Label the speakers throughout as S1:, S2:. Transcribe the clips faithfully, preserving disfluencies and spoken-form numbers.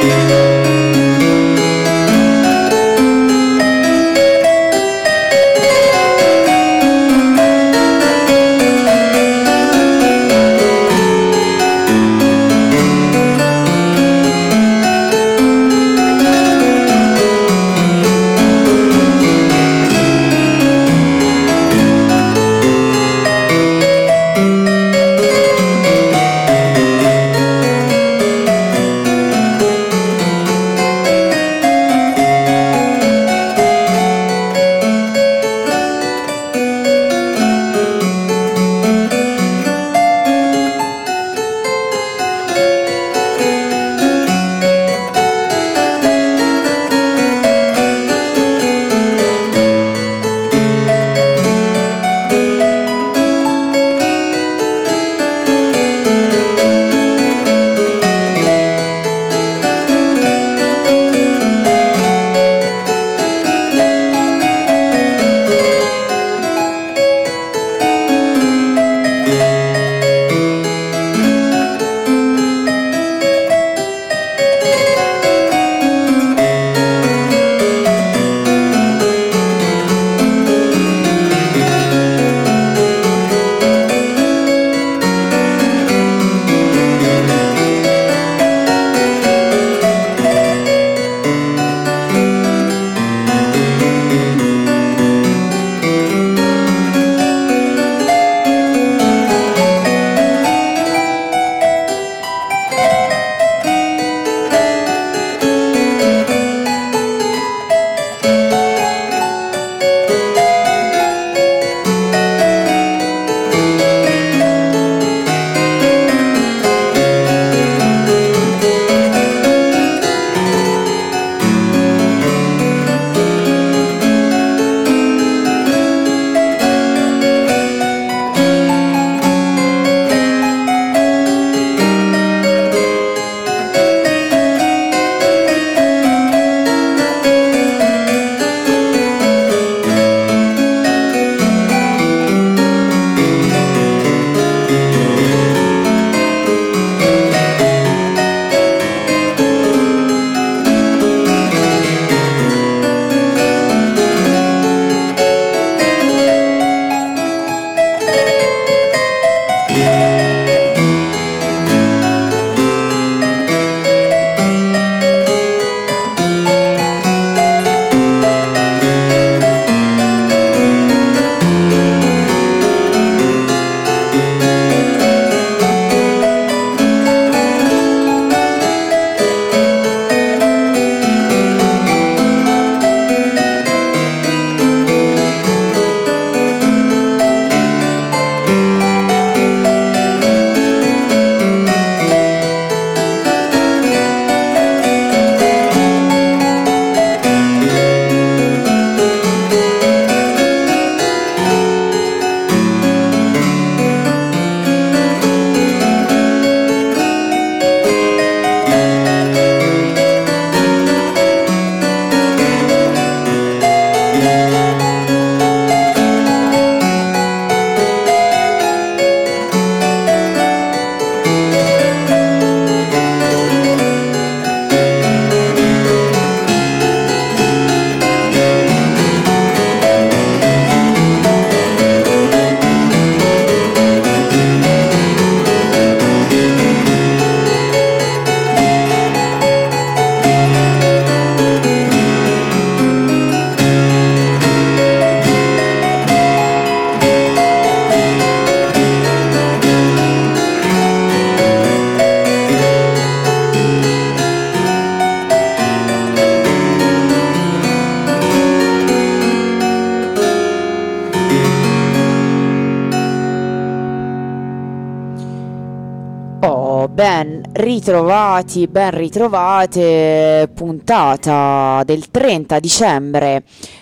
S1: Ben ritrovati, ben ritrovate, puntata del trenta dicembre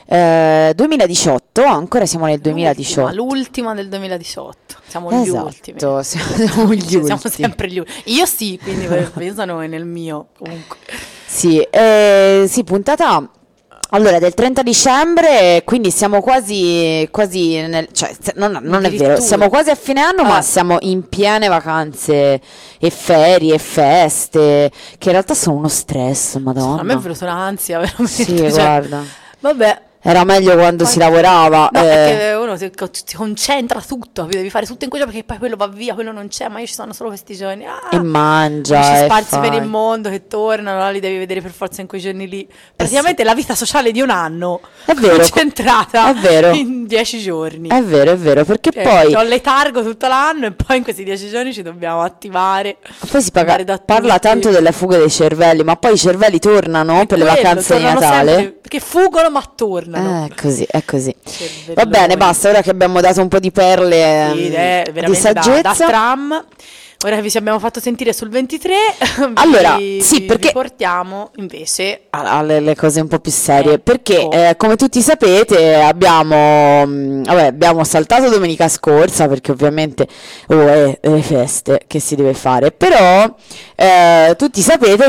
S1: eh, duemiladiciotto, ancora siamo nel duemiladiciotto.
S2: L'ultima, l'ultima del duemiladiciotto, siamo gli
S1: esatto,
S2: ultimi.
S1: Siamo gli ultimi.
S2: Siamo sempre gli ultimi. Io sì, quindi pensano nel mio comunque.
S1: Sì, eh, sì, puntata Allora, del trenta dicembre, quindi siamo quasi, quasi nel, cioè, se- non, non è vero,
S2: Addirittura.
S1: siamo quasi a fine anno, ma
S2: Ah.
S1: siamo in piene vacanze e ferie e feste, che in realtà sono uno stress,
S2: A me è
S1: madonna.
S2: venuta un'ansia, veramente.
S1: Sì,
S2: cioè,
S1: guarda,
S2: vabbè.
S1: era meglio quando si lavorava.
S2: No,
S1: eh,
S2: perché uno si, co- si concentra tutto, devi fare tutto in quel giorno perché poi quello va via, quello non c'è, ma io ci sono solo questi giorni. Ah,
S1: e mangia
S2: amici
S1: e
S2: sparsi per il
S1: fai.
S2: mondo che tornano, là li devi vedere per forza in quei giorni lì. Praticamente la vita sociale di un anno
S1: È vero,
S2: concentrata
S1: è vero.
S2: in dieci giorni.
S1: È vero, è vero, perché
S2: Cioè,
S1: poi,
S2: ho il letargo tutto l'anno e poi in questi dieci giorni ci dobbiamo attivare.
S1: poi si paga-
S2: andare da
S1: parla
S2: tutti.
S1: tanto delle fughe dei cervelli, ma poi i cervelli tornano per le
S2: Quello,
S1: vacanze di
S2: tornano
S1: Natale.
S2: sempre, perché fuggono ma tornano.
S1: Eh, È così, è così.
S2: Cervelloni.
S1: Va bene, basta, ora che abbiamo dato un po' di perle
S2: Sì,
S1: ehm,
S2: è
S1: di
S2: veramente da, da
S1: saggezza.
S2: tram. Ora che vi abbiamo fatto sentire sul ventitré,
S1: Allora,
S2: vi,
S1: sì,
S2: vi
S1: perché-
S2: portiamo invece
S1: alle le cose un po' più serie,
S2: Ecco.
S1: perché eh, come tutti sapete abbiamo, mh, vabbè, abbiamo saltato domenica scorsa perché ovviamente oh, è, è le feste che si deve fare, però eh, tutti sapete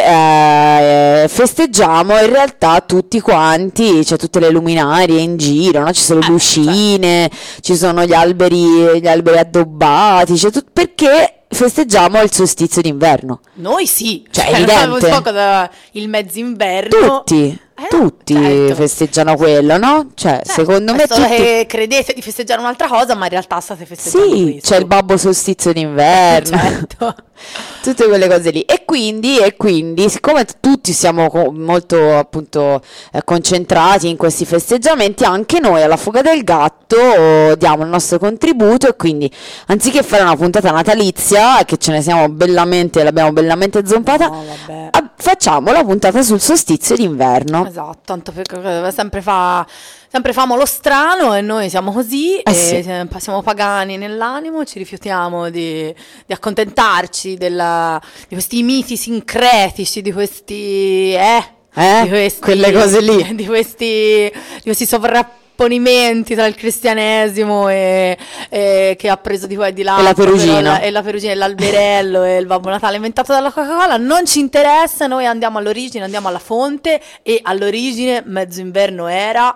S1: che eh, festeggiamo in realtà tutti quanti, c'è tutte le luminarie in giro, no? Ci sono le
S2: Eh,
S1: lucine, ci sono gli alberi, gli alberi addobbati, c'è tut- perché festeggiamo il solstizio d'inverno.
S2: noi sì,
S1: Cioè,
S2: non
S1: evidente.
S2: so cosa il mezzo inverno.
S1: Tutti,
S2: Eh,
S1: tutti
S2: certo.
S1: festeggiano quello, no? Cioè,
S2: Certo,
S1: secondo
S2: è
S1: me
S2: solo
S1: tutti.
S2: che credete di festeggiare un'altra cosa, ma in realtà state festeggiando
S1: Sì,
S2: questo.
S1: c'è il babbo solstizio d'inverno,
S2: Certo.
S1: tutte quelle cose lì. E quindi, e quindi, siccome t- tutti siamo co- molto appunto eh, concentrati in questi festeggiamenti, anche noi alla Fuga del Gatto oh, diamo il nostro contributo e quindi anziché fare una puntata natalizia, che ce ne siamo bellamente, l'abbiamo bellamente zompata,
S2: No, vabbè.
S1: ah, facciamo la puntata sul solstizio d'inverno.
S2: Esatto, tanto perché sempre fa sempre famo lo strano e noi siamo così
S1: Eh
S2: e
S1: sì.
S2: siamo siamo pagani nell'animo, ci rifiutiamo di, di accontentarci della- di questi miti sincretici, di questi eh,
S1: Eh?
S2: di questi,
S1: Quelle cose lì.
S2: di questi, di questi sovrapponimenti tra il cristianesimo e, e che ha preso di qua e di là
S1: E la
S2: proprio
S1: perugina.
S2: la- e la perugina e l'alberello e il Babbo Natale inventato dalla Coca-Cola non ci interessa, noi andiamo all'origine, andiamo alla fonte e all'origine mezzo inverno era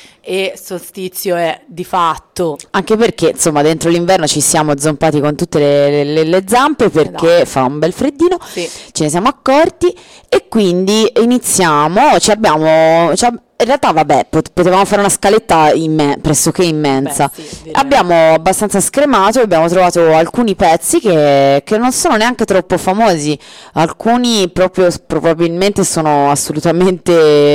S2: e solstizio è di fatto.
S1: Anche perché, insomma, dentro l'inverno ci siamo zompati con tutte le, le- le zampe perché
S2: Esatto.
S1: fa un bel freddino,
S2: Sì.
S1: ce ne siamo accorti e quindi iniziamo, ci abbiamo, ci ab- in realtà vabbè, pot- potevamo fare una scaletta imme- pressoché immensa.
S2: Beh, sì, direi.
S1: Abbiamo abbastanza scremato e abbiamo trovato alcuni pezzi che, che non sono neanche troppo famosi, alcuni proprio s- probabilmente sono assolutamente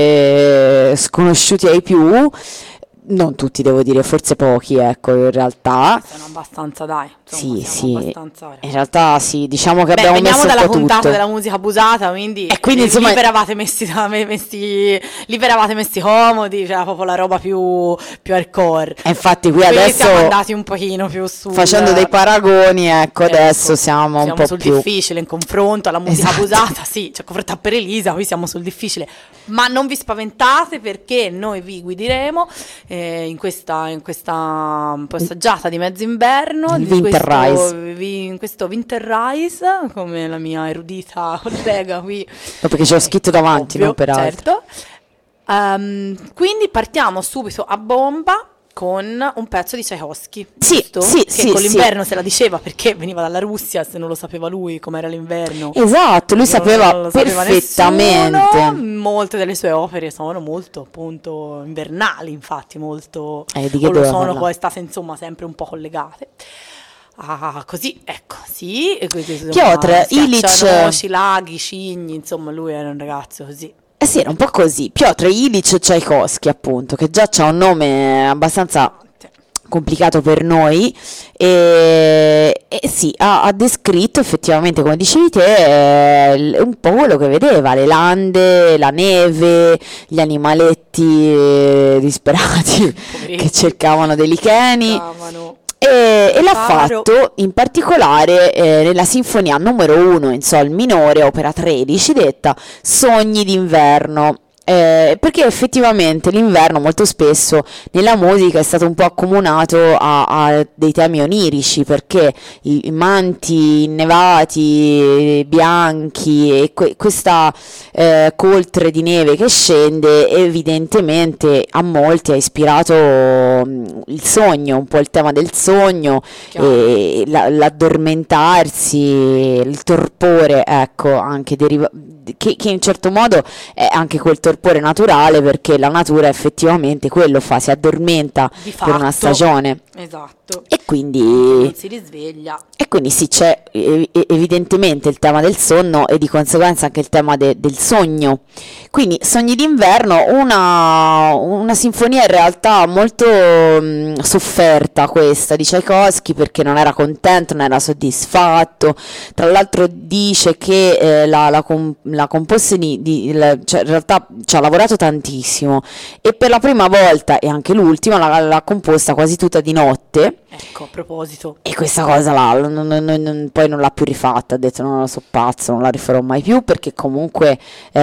S1: eh, sconosciuti ai più, non tutti devo dire, forse pochi, ecco, in realtà.
S2: Sono abbastanza, dai. Insomma,
S1: Sì,
S2: siamo
S1: sì,
S2: abbastanza-
S1: in realtà sì, diciamo che
S2: Beh,
S1: abbiamo
S2: veniamo
S1: messo un
S2: dalla
S1: po'
S2: puntata
S1: tutto.
S2: della musica abusata, quindi,
S1: E quindi,
S2: lì
S1: insomma-
S2: vi eravate messi, da- me- messi, lì vi eravate messi comodi, c'era proprio la roba più, più hardcore.
S1: E infatti qui
S2: Qui
S1: adesso,
S2: siamo andati un pochino più su.
S1: facendo dei paragoni, ecco, adesso siamo un
S2: siamo
S1: po'
S2: sul
S1: più...
S2: difficile in confronto alla musica
S1: Esatto.
S2: abusata, sì, c'è confrontato per Elisa, qui siamo sul difficile, ma non vi spaventate perché noi vi guideremo eh, in questa in questa passeggiata di mezzo inverno,
S1: Il
S2: di
S1: Winter
S2: questo,
S1: Rise.
S2: vi- in questo Winter Rise, come la mia erudita collega qui.
S1: No, perché ce l'ho scritto davanti,
S2: Ovvio,
S1: non per altro.
S2: certo. Ehm, quindi partiamo subito a bomba con un pezzo di Tchaikovsky,
S1: Sì,
S2: giusto?
S1: sì,
S2: che
S1: sì,
S2: con
S1: sì.
S2: l'inverno se la diceva perché veniva dalla Russia, se non lo sapeva lui com'era l'inverno.
S1: Esatto, lui
S2: Non-
S1: sapeva
S2: non lo sapeva
S1: perfettamente.
S2: nessuno. Molte delle sue opere sono molto appunto invernali, infatti molto
S1: Eh, di che
S2: o lo
S1: doveva
S2: sono
S1: parlare?
S2: poi state insomma sempre un po' collegate. Ah, così, ecco, sì, e quindi, insomma,
S1: Piotr Ilich-
S2: schiaccianoci, laghi, cigni, insomma, lui era un ragazzo così.
S1: Eh sì, era un po' così. Piotr Ilich Tchaikovsky, appunto, che già ha un nome abbastanza complicato per noi e, e sì, ha, ha descritto effettivamente, come dicevi te, eh, l- un po' quello che vedeva, le lande, la neve, gli animaletti eh, disperati
S2: Poveretti.
S1: che cercavano dei licheni.
S2: Stavano-
S1: E, e l'ha
S2: Faro.
S1: fatto in particolare eh, nella sinfonia numero uno in sol minore, opera tredici, detta Sogni d'inverno. Eh, perché effettivamente l'inverno molto spesso nella musica è stato un po' accomunato a, a dei temi onirici, perché i, i manti innevati, bianchi e que- questa eh, coltre di neve che scende evidentemente a molti ha ispirato mh, il sogno, un po' il tema del sogno, e la- l'addormentarsi, il torpore, ecco, anche deriva- che, che in certo modo è anche quel torpore naturale, perché la natura effettivamente quello fa, si addormenta
S2: Di
S1: per una
S2: fatto.
S1: stagione
S2: Esatto.
S1: e quindi,
S2: Non si risveglia.
S1: e quindi sì, c'è eh, evidentemente il tema del sonno e di conseguenza anche il tema de- del sogno. Quindi Sogni d'inverno, una, una sinfonia in realtà molto mh, sofferta questa di Tchaikovsky, perché non era contento, non era soddisfatto. Tra l'altro dice che eh, la, la, com- la composta di, di- la- cioè in realtà ci ha lavorato tantissimo e per la prima volta e anche l'ultima l'ha, l'ha composta quasi tutta di notte.
S2: Ecco, a proposito.
S1: E questa cosa là, non- non- non- non- poi non l'ha più rifatta, ha detto no, non so pazzo, non la rifarò mai più, perché comunque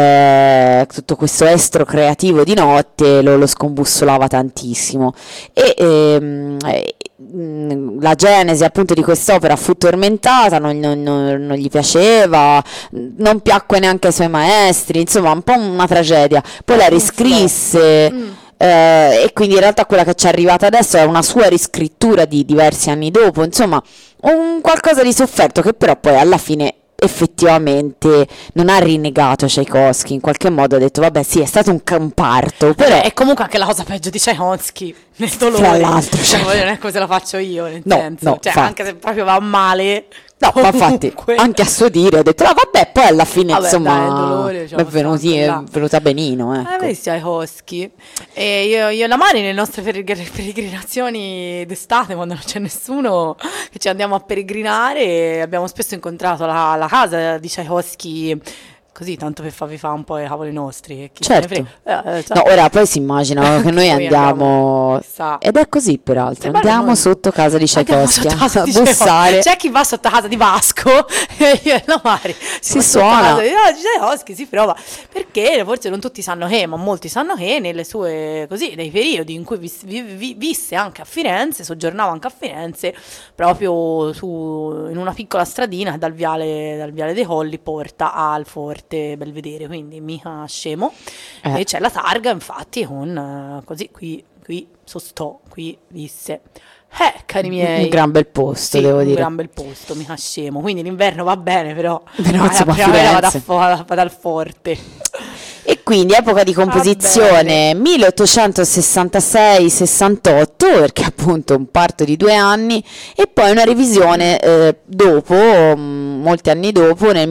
S1: eh, tutto questo estro creativo di notte lo, lo scombussolava tantissimo. E ehm, eh, mh, la genesi appunto di quest'opera fu tormentata, non, non- non- non gli piaceva, non piacque neanche ai suoi maestri, insomma un po' una tragedia. Poi la
S2: Un flop.
S1: riscrisse.
S2: Mm.
S1: Eh, e quindi in realtà quella che ci è arrivata adesso è una sua riscrittura di diversi anni dopo, insomma un qualcosa di sofferto che però poi alla fine effettivamente non ha rinnegato Tchaikovsky, in qualche modo ha detto vabbè sì è stato un, ca- un parto, però
S2: Beh, è comunque anche la cosa peggio di Tchaikovsky, nel dolore.
S1: Fra l'altro,
S2: cioè,
S1: cioè-
S2: non è come se la faccio io, nel
S1: No,
S2: senso.
S1: no,
S2: cioè,
S1: infatti.
S2: anche se proprio va male.
S1: no, ma infatti
S2: comunque.
S1: anche a suo dire ha detto no vabbè poi alla fine
S2: Vabbè,
S1: insomma
S2: dai, il dolore, cioè,
S1: è, venuti,
S2: possiamo
S1: è
S2: anche là.
S1: venuta benino,
S2: Eh,
S1: ecco.
S2: vedi Tchaikovsky. E io, io e la Mari nelle nostre peregr- peregrinazioni d'estate, quando non c'è nessuno, che ci andiamo a peregrinare, abbiamo spesso incontrato la, la casa di Tchaikovsky, così, tanto per farvi fare un po' i cavoli nostri. e chi se ne
S1: Certo.
S2: frega. Eh, eh, cioè-
S1: No, ora poi si immaginano che noi
S2: Noi
S1: andiamo,
S2: andiamo, chissà.
S1: ed è così peraltro,
S2: Eh, guarda,
S1: andiamo
S2: noi-
S1: sotto casa di
S2: Andiamo
S1: Tchaikovsky
S2: sotto casa
S1: a
S2: di Tchaikovsky.
S1: bussare.
S2: C'è chi va sotto casa di Vasco e io e la Mari
S1: Si
S2: siamo sotto
S1: suona.
S2: casa di ah, di Tchaikovsky, si prova, perché forse non tutti sanno che, ma molti sanno che nelle sue, così, nei periodi in cui vis- vi- vi- visse anche a Firenze, soggiornava anche a Firenze, proprio su, in una piccola stradina dal viale, dal viale dei Colli porta al Forte Belvedere, quindi mica scemo.
S1: Eh.
S2: E c'è la targa infatti con eh, così qui, qui sostò, qui visse. Eh, cari miei.
S1: Un gran bel posto,
S2: Sì,
S1: devo
S2: un
S1: dire.
S2: gran bel posto, mica scemo. Quindi l'inverno va bene, però
S1: Però,
S2: alla
S1: insomma,
S2: primavera vado, a
S1: Firenze.
S2: fo- vado al Forte.
S1: E quindi epoca di composizione milleottocentosessantasei sessantotto, perché appunto un parto di due anni, e poi una revisione eh, dopo, mh, molti anni dopo, nel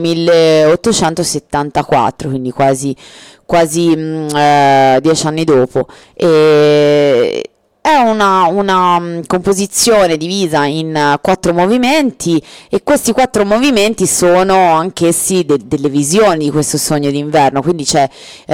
S1: milleottocentosettantaquattro, quindi quasi, quasi mh, eh, dieci anni dopo. E è una, una, mh, composizione divisa in eh, quattro movimenti, e questi quattro movimenti sono anch'essi de- delle visioni di questo sogno d'inverno, quindi c'è,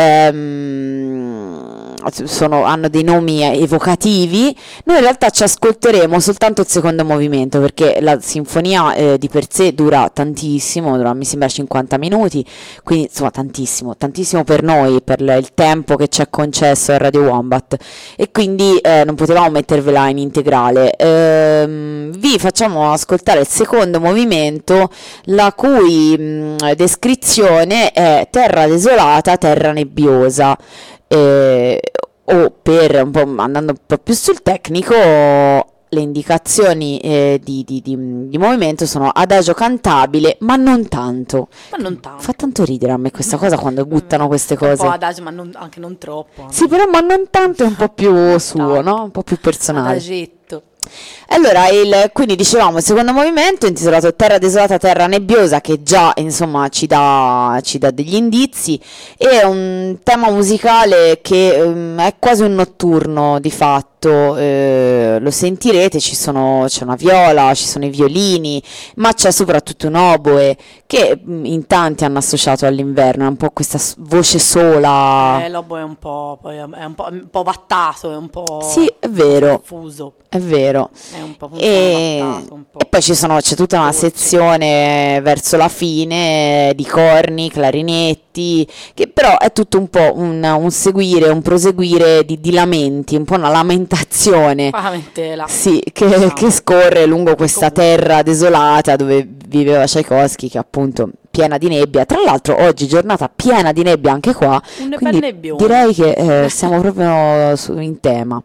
S1: ehm, sono- hanno dei nomi evocativi. Noi in realtà ci ascolteremo soltanto il secondo movimento, perché la sinfonia eh, di per sé dura tantissimo, dura mi sembra cinquanta minuti, quindi insomma tantissimo, tantissimo per noi, per l- il tempo che ci è concesso a Radio Wombat, e quindi eh, non potevamo mettervela in integrale. Ehm, vi facciamo ascoltare il secondo movimento, la cui mh, descrizione è terra desolata, terra nebbiosa, eh, o per un po' andando un po' più sul tecnico, le indicazioni eh, di, di- di- di movimento sono adagio cantabile, ma non tanto.
S2: Ma non tanto.
S1: Fa tanto ridere a me questa cosa quando buttano queste
S2: Un po'
S1: cose.
S2: adagio, ma non- anche non troppo.
S1: Sì, però ma non tanto, è un po' più suo,
S2: Tanto.
S1: no? Un po' più personale.
S2: Adagetto.
S1: Allora, il, quindi dicevamo il secondo movimento intitolato Terra desolata, terra nebbiosa, che già insomma ci dà, ci dà degli indizi, è un tema musicale che ehm, è quasi un notturno di fatto, eh, lo sentirete, ci sono, c'è una viola, ci sono i violini, ma c'è soprattutto un oboe che mh, in tanti hanno associato all'inverno, è un po' questa s- voce sola.
S2: Eh, l'obo è un po', poi è un po', un po' vattato, è un po'
S1: Sì, è vero.
S2: confuso.
S1: È vero. vero.
S2: È un po' appunto
S1: E,
S2: adattato, un po'
S1: e poi ci sono, c'è tutta una
S2: dolce.
S1: sezione verso la fine di corni, clarinetti, che però è tutto un po' un, un seguire, un proseguire di, di lamenti, un po' una lamentazione,
S2: Lamentela,
S1: sì, che, che
S2: diciamo.
S1: scorre lungo questa
S2: Comunque,
S1: terra desolata dove viveva Tchaikovsky, che è appunto piena di nebbia. Tra l'altro oggi giornata piena di nebbia anche qua,
S2: un bel
S1: quindi
S2: nebbione.
S1: direi che eh, siamo proprio su- in tema.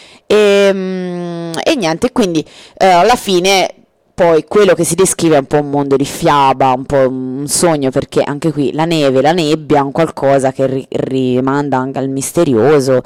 S1: E, mm, e niente, quindi eh, alla fine poi quello che si descrive è un po' un mondo di fiaba, un po' un sogno, perché anche qui la neve, la nebbia, è un qualcosa che ri- rimanda anche al misterioso,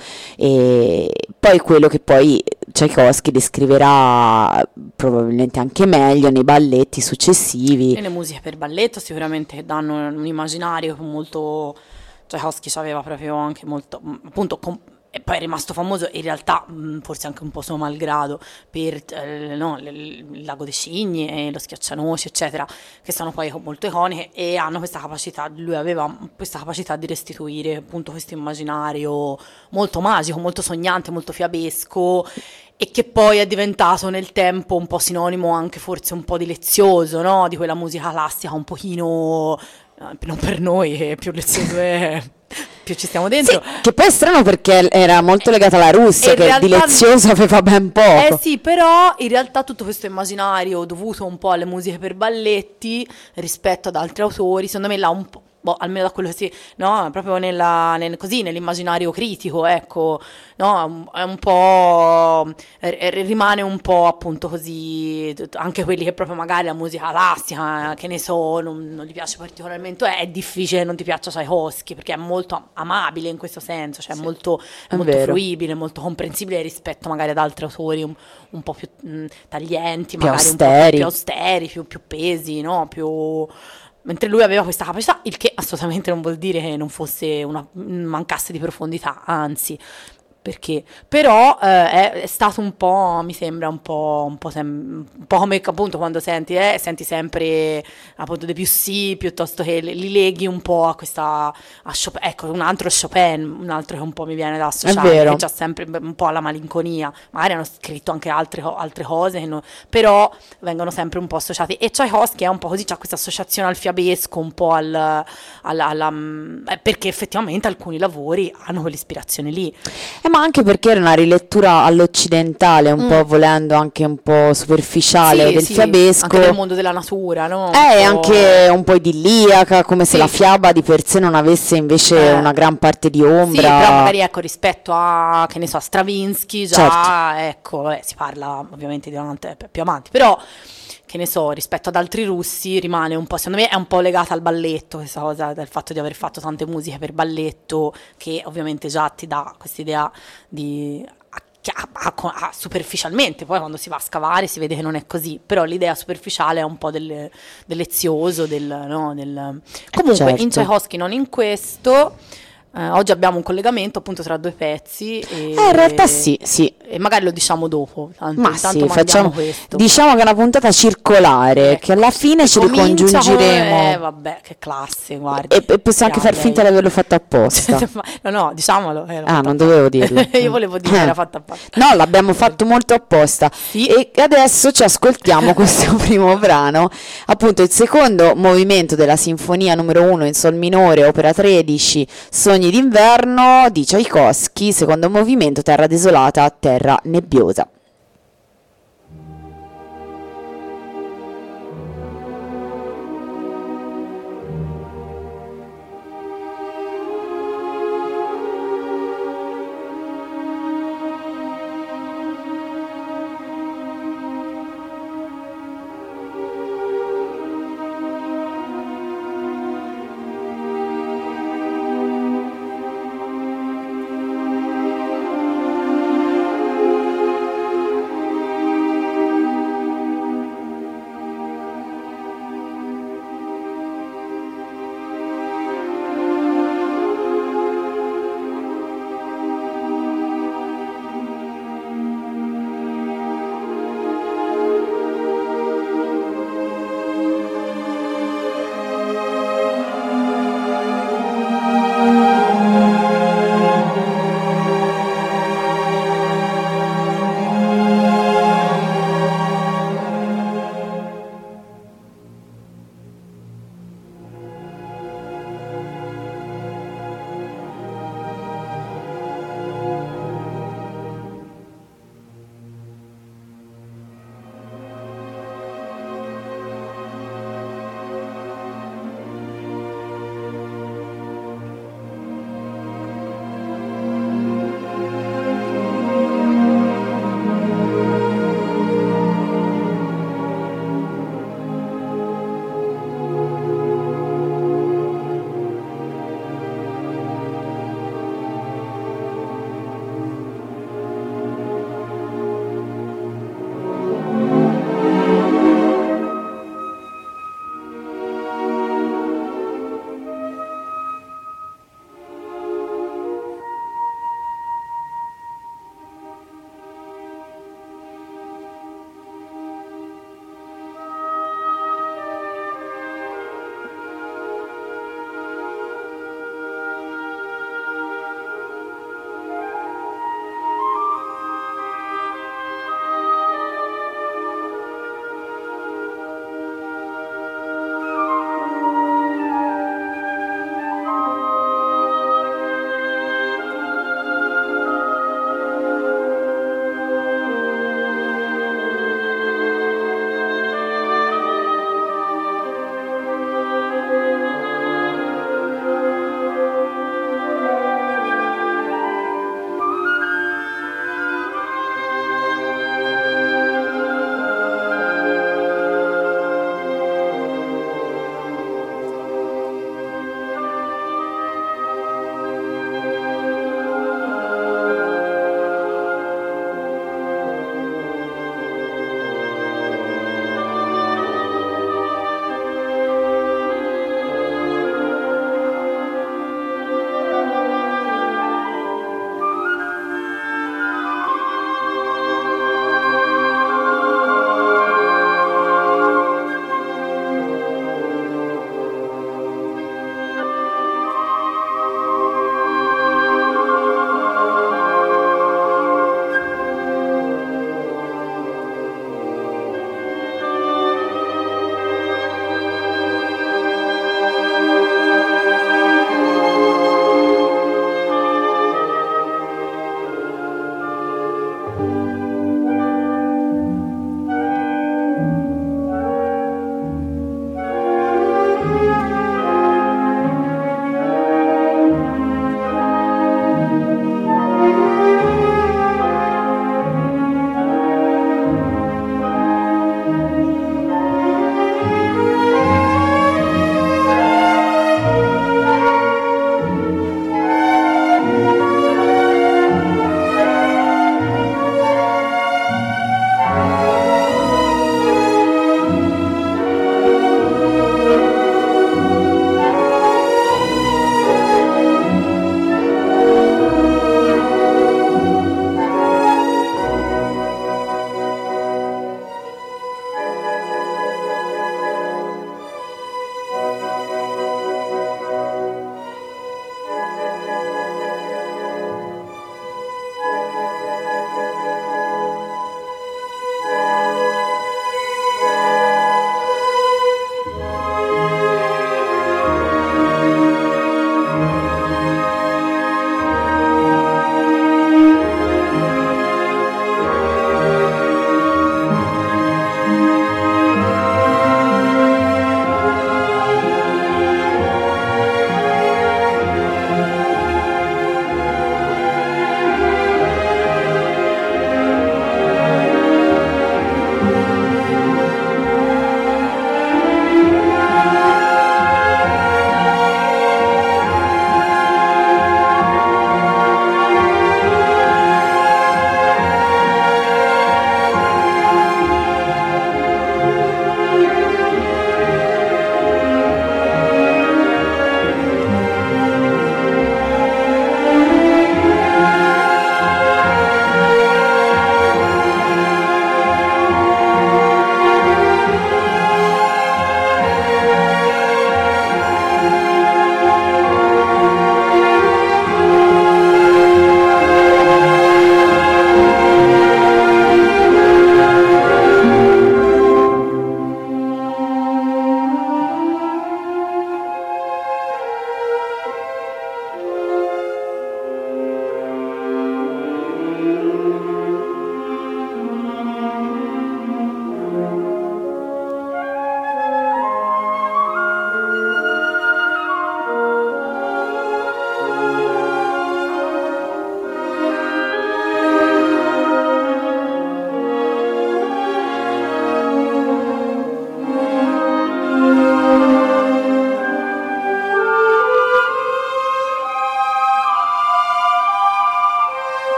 S1: e poi quello che poi Tchaikovsky descriverà probabilmente anche meglio nei balletti successivi.
S2: E le musiche per balletto sicuramente danno un immaginario molto. Tchaikovsky aveva proprio anche molto, mh, appunto, com- e poi è rimasto famoso in realtà, mh, forse anche un po' suo malgrado, per eh, no, l- l- il Lago dei Cigni e lo Schiaccianoci, eccetera, che sono poi molto iconiche e hanno questa capacità, lui aveva questa capacità di restituire appunto questo immaginario molto magico, molto sognante, molto fiabesco e che poi è diventato nel tempo un po' sinonimo anche forse un po' delizioso, no? Di quella musica classica un pochino, eh, non per noi, che più lezioso è, più ci stiamo
S1: Sì,
S2: dentro.
S1: che poi è strano perché era molto legata alla
S2: E
S1: Russia,
S2: in
S1: che di
S2: realtà,
S1: lezioso aveva ben
S2: eh
S1: poco.
S2: sì, però in realtà tutto questo immaginario dovuto un po' alle musiche per balletti rispetto ad altri autori, secondo me l'ha un po', boh, almeno da quello che si, no, proprio nella, nel- così, nell'immaginario critico, ecco, no, è un po', eh, eh, rimane un po' appunto così, t- anche quelli che proprio magari la musica classica, che ne so, non, non gli piace particolarmente, è, è difficile non ti piaccia Tchaikovsky, perché è molto am- amabile in questo senso, cioè è
S1: Sì,
S2: molto, è
S1: è
S2: molto
S1: vero.
S2: fruibile, molto comprensibile rispetto magari ad altri autori un, un po' più mh, taglienti,
S1: Più
S2: magari un po' più, più
S1: austeri.
S2: austeri, più, più pesi, no? Più. Mentre lui aveva questa capacità, il che assolutamente non vuol dire che non fosse una mancasse di profondità, anzi, perché però eh, è, è stato un po', mi sembra un po', un po', sem- un po' come appunto quando senti, eh, senti sempre appunto Debussy piuttosto che li li leghi un po' a questa, a Chopin, ecco un altro Chopin, un altro che un po' mi viene da
S1: È
S2: associare, che
S1: vero.
S2: già sempre un po' alla malinconia, magari hanno scritto anche altre, co- altre cose, che non- però vengono sempre un po' associati. E Tchaikovsky è un po' così, c'ha questa associazione al fiabesco, un po' al, alla, alla- mm, eh, perché effettivamente alcuni lavori hanno quell'ispirazione lì.
S1: Eh, ma anche perché era una rilettura all'occidentale, un
S2: Mm.
S1: po' volendo anche un po' superficiale
S2: Sì,
S1: del
S2: sì, anche del
S1: fiabesco.
S2: mondo della natura, no? Un
S1: È
S2: po'.
S1: anche un po' idilliaca, come se la
S2: Sì,
S1: fiaba di per sé non avesse invece
S2: eh,
S1: una gran parte di
S2: sì, però
S1: ombra.
S2: magari ecco rispetto a, che ne so, a Stravinsky
S1: Certo,
S2: già, ecco, eh, si parla ovviamente di avanti, più avanti, però che ne so, rispetto ad altri russi rimane un po', secondo me è un po' legata al balletto, questa cosa del fatto di aver fatto tante musiche per balletto, che ovviamente già ti dà quest'idea di. a- a- a- a- superficialmente, poi quando si va a scavare si vede che non è così, però l'idea superficiale è un po' del, del lezioso, del, no, del. Comunque in
S1: certo.
S2: Tchaikovsky non in questo, eh, oggi abbiamo un collegamento appunto tra due pezzi
S1: Eh, in realtà
S2: e,
S1: sì, sì.
S2: e magari lo diciamo dopo, tanto,
S1: Ma
S2: intanto
S1: sì,
S2: mandiamo
S1: facciamo,
S2: questo.
S1: diciamo che è una puntata circolare, che
S2: Ecco,
S1: alla fine
S2: che
S1: ci
S2: comincia con. Eh,
S1: ricongiungeremo
S2: vabbè, che classe, guardi.
S1: e, e possiamo anche far
S2: Grande
S1: finta
S2: lei.
S1: di averlo fatto apposta.
S2: Ma- No, no, diciamolo, era
S1: Ah,
S2: fatta
S1: non dovevo dirlo.
S2: apposta. Io
S1: Mm.
S2: volevo dire, era fatta apposta.
S1: No, l'abbiamo fatto molto apposta.
S2: Sì,
S1: E adesso ci ascoltiamo questo primo brano, appunto il secondo movimento della sinfonia numero uno in sol minore, opera tredici, Sogni d'inverno di Tchaikovsky, secondo movimento, Terra desolata, terra nebbiosa.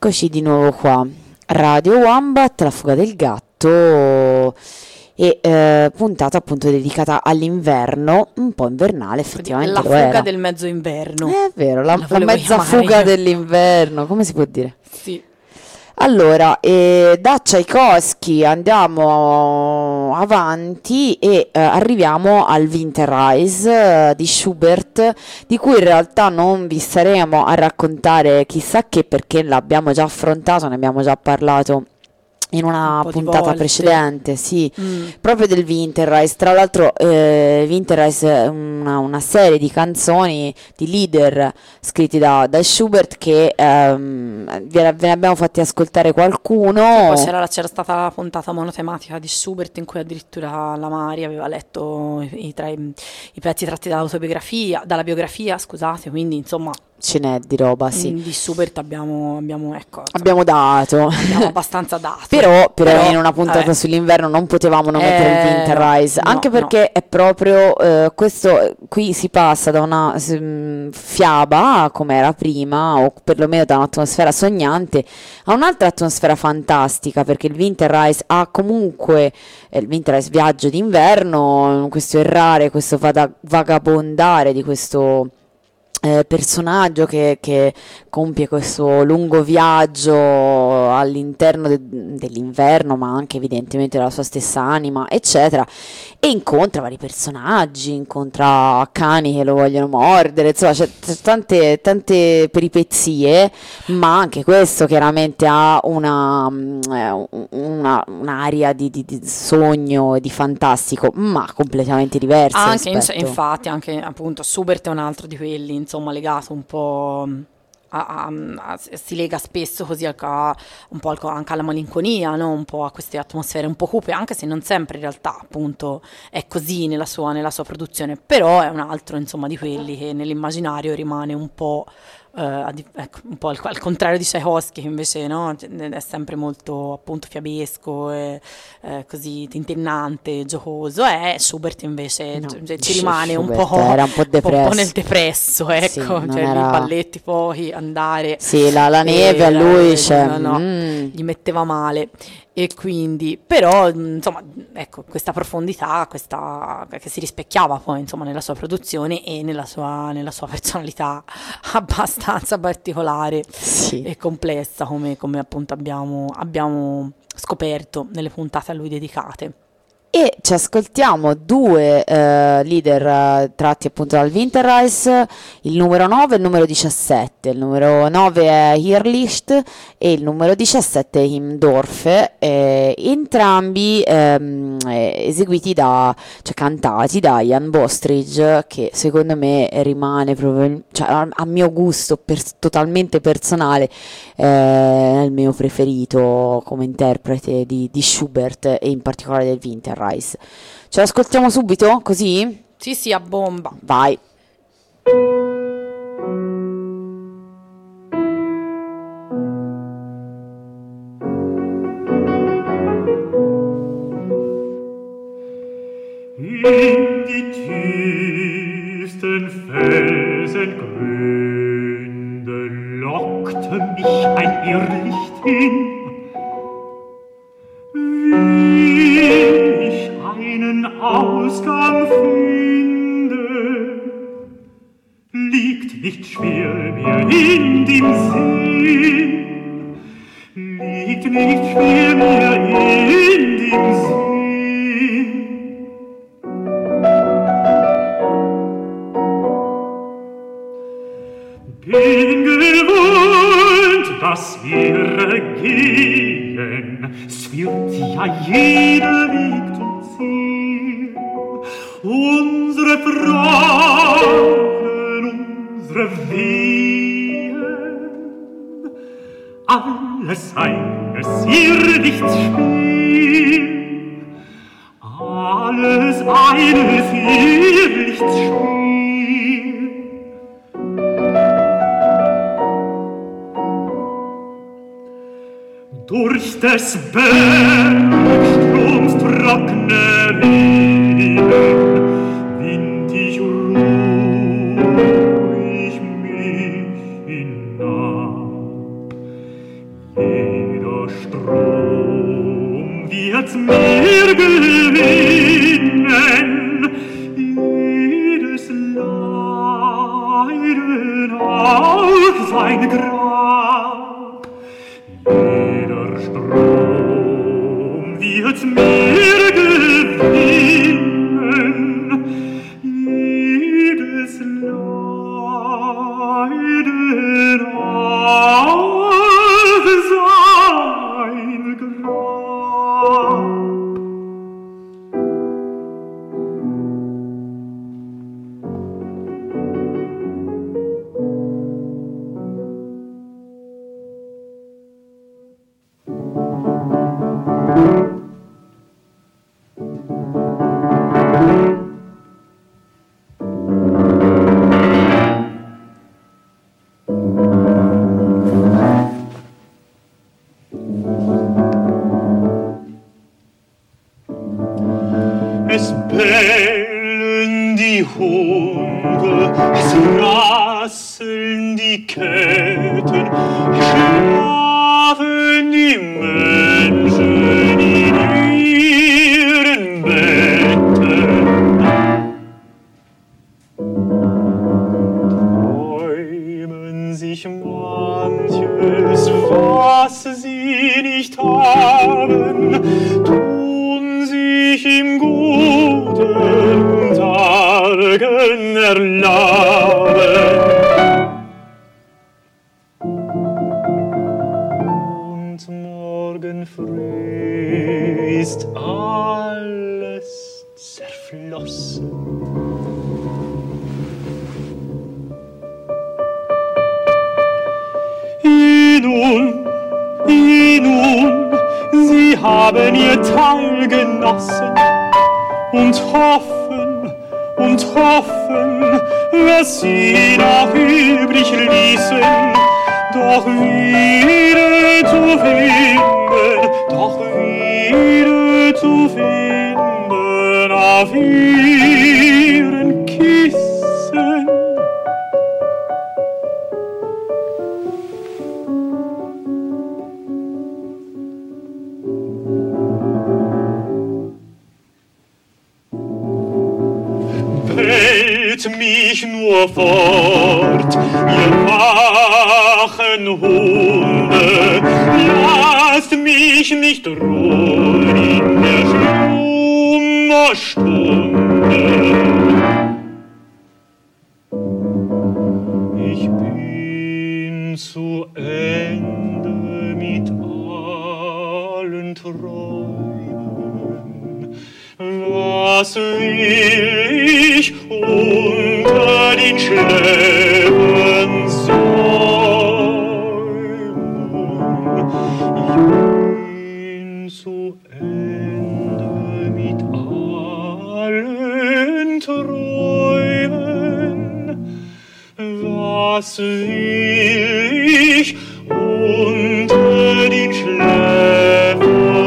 S1: Eccoci di nuovo qua, Radio Wombat, la fuga del gatto, e eh, puntata appunto dedicata all'inverno, un po' invernale effettivamente
S2: La
S1: lo
S2: fuga
S1: era.
S2: del mezzo inverno.
S1: È vero, la,
S2: La
S1: la
S2: volevo
S1: mezza
S2: chiamare
S1: fuga
S2: io.
S1: dell'inverno, come si può dire?
S2: Sì.
S1: Allora, eh, da Tchaikovsky andiamo avanti e eh, arriviamo al Winterreise eh, di Schubert, di cui in realtà non vi staremo a raccontare chissà che, perché l'abbiamo già affrontato, ne abbiamo già parlato in una
S2: Un po' di
S1: puntata
S2: volte.
S1: precedente, sì,
S2: Mm.
S1: proprio del Winterreise. Tra l'altro, eh, Winterreise è una, una serie di canzoni, di leader scritti da, da Schubert che ehm, ve, ve ne abbiamo fatti ascoltare qualcuno.
S2: Poi c'era, c'era stata la puntata monotematica di Schubert in cui addirittura la Mari aveva letto i, i, tra- i- i pezzi tratti dall'autobiografia, dalla biografia, scusate, quindi insomma
S1: Ce n'è di roba, sì.
S2: mm, di Schubert abbiamo, abbiamo, ecco, insomma,
S1: Abbiamo dato.
S2: abbiamo abbastanza dato.
S1: Però, però
S2: Però,
S1: in una puntata
S2: eh,
S1: sull'inverno non potevamo non mettere il
S2: Eh,
S1: Winterreise,
S2: no,
S1: anche
S2: no,
S1: perché è proprio eh, questo, qui si passa da una s- mh, fiaba, come era prima, o perlomeno da un'atmosfera sognante, a un'altra atmosfera fantastica, perché il Winterreise ha comunque, eh, il Winterreise viaggio d'inverno, questo errare, questo vada- vagabondare di questo eh, personaggio che, che compie questo lungo viaggio all'interno de- dell'inverno, ma anche evidentemente della sua stessa anima, eccetera, e incontra vari personaggi, incontra cani che lo vogliono mordere, insomma c'è c'è tante, tante peripezie, ma anche questo chiaramente ha una, mm, eh, una- un'aria di, di- di sogno e di fantastico, ma completamente diversa
S2: anche in-
S1: rispetto...
S2: infatti anche appunto Schubert è un altro di quelli insomma legato un po' a, a- a- si lega spesso così al- a, un po' al- anche alla malinconia, no? Un po' a queste atmosfere un po' cupe, anche se non sempre in realtà appunto è così nella sua, nella sua produzione, però è un altro insomma di quelli che nell'immaginario rimane un po' eh, a di- ecco, un po' al, al contrario di Tchaikovsky che invece no, è sempre molto appunto fiabesco e eh, così tentennante, giocoso, e Schubert invece
S1: No,
S2: cioè, ci
S1: Sch-
S2: rimane un
S1: Schubert
S2: po',
S1: era un po'
S2: un po', un po'
S1: depresso.
S2: nel depresso, ecco,
S1: Sì, non
S2: cioè
S1: era-
S2: i balletti pochi, andare,
S1: Sì, la, la
S2: e
S1: neve a
S2: la-
S1: lui, cioè,
S2: no, no,
S1: mm,
S2: gli metteva male. E quindi, però, mh, insomma, ecco, questa profondità, questa, che si rispecchiava poi, insomma, nella sua produzione e nella sua, nella sua personalità abbastanza particolare
S1: sì.
S2: e complessa, come, come appunto abbiamo, abbiamo scoperto nelle puntate a lui dedicate.
S1: E ci ascoltiamo due eh, leader eh, tratti appunto dal Winterreise, il numero nove e il numero diciassette. Il numero nove è Irrlicht e il numero diciassette è Im Dorf, eh, entrambi ehm, eh, eseguiti da, cioè cantati da Jan Bostridge, che secondo me rimane proprio, cioè, a, a mio gusto pers- totalmente personale, eh, è il mio preferito come interprete di, di Schubert e in particolare del Winterreise. Ce l'ascoltiamo subito, così?
S2: Sì, sì, a bomba.
S1: Vai.
S3: In die tiefsten Felsengründe lockte mich ein Irrlicht hin, wie ich einen Ausgang finde, liegt nicht schwer mir in dem Sinn, liegt nicht schwer mir in dem Sinn. Bin gewohnt, dass wir gehen, es wird ja jeder Weg zum Ziel. Unsere Freuden, unsere Wehen, alles eines Irrlichtsspiel, alles eines Irrlichtsspiel. Durch des Bergstroms trockene Wehen wind ich ruhig mich hinab. es bellen die Hunde, es rasseln die Ketten, es schlafen die Menschen in ihren Betten. Träumen sich manches, was sie nicht haben, tun sich im guten Tagen erlaben. Und morgen früh ist alles zerflossen. I nun, i nun, sie haben ihr Teil genossen und hoffen und hoffen, was sie noch übrig ließen, doch wieder zu finden, doch wieder zu finden auf ihren Kissen. Bellt mich nur fort, ihr wachen Hunde, lasst mich nicht ruhen in der Schlummerstunde. Ich bin zu Ende mit allen Träumen. Was will ich unter den Schläfen säumen? Ich bin zu Ende mit allen Träumen. Was will ich unter den Schläfen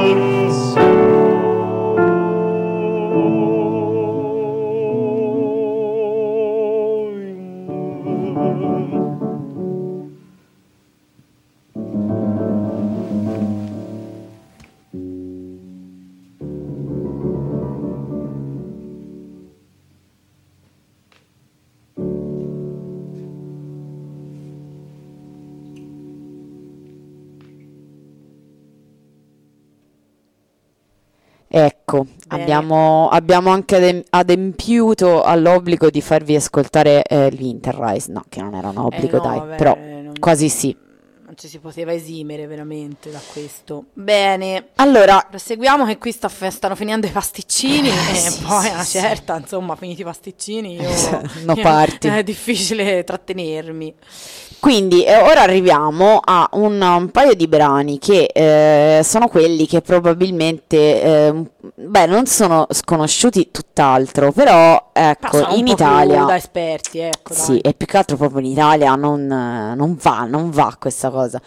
S1: Ecco,
S2: Bene.
S1: abbiamo, abbiamo anche adem- adempiuto all'obbligo di farvi ascoltare eh, l'Interrise, no, che non era un
S2: Eh
S1: obbligo,
S2: no,
S1: dai,
S2: vabbè,
S1: però
S2: non,
S1: quasi sì.
S2: non ci si poteva esimere veramente da questo. Bene,
S1: Allora,
S2: proseguiamo che qui sta fe- stanno finendo i pasticcini
S1: Eh,
S2: e
S1: sì,
S2: poi
S1: sì,
S2: una
S1: sì.
S2: certa, insomma, finiti i pasticcini io,
S1: No party.
S2: è difficile trattenermi.
S1: quindi eh, ora arriviamo a un, un paio di brani che eh, sono quelli che probabilmente, eh, beh, non sono sconosciuti tutt'altro, però
S2: Però
S1: ecco,
S2: sono un
S1: in
S2: po'
S1: Italia...
S2: più da esperti, ecco,
S1: Sì,
S2: dai.
S1: e più che altro proprio in Italia non, eh, non va, non va questa cosa.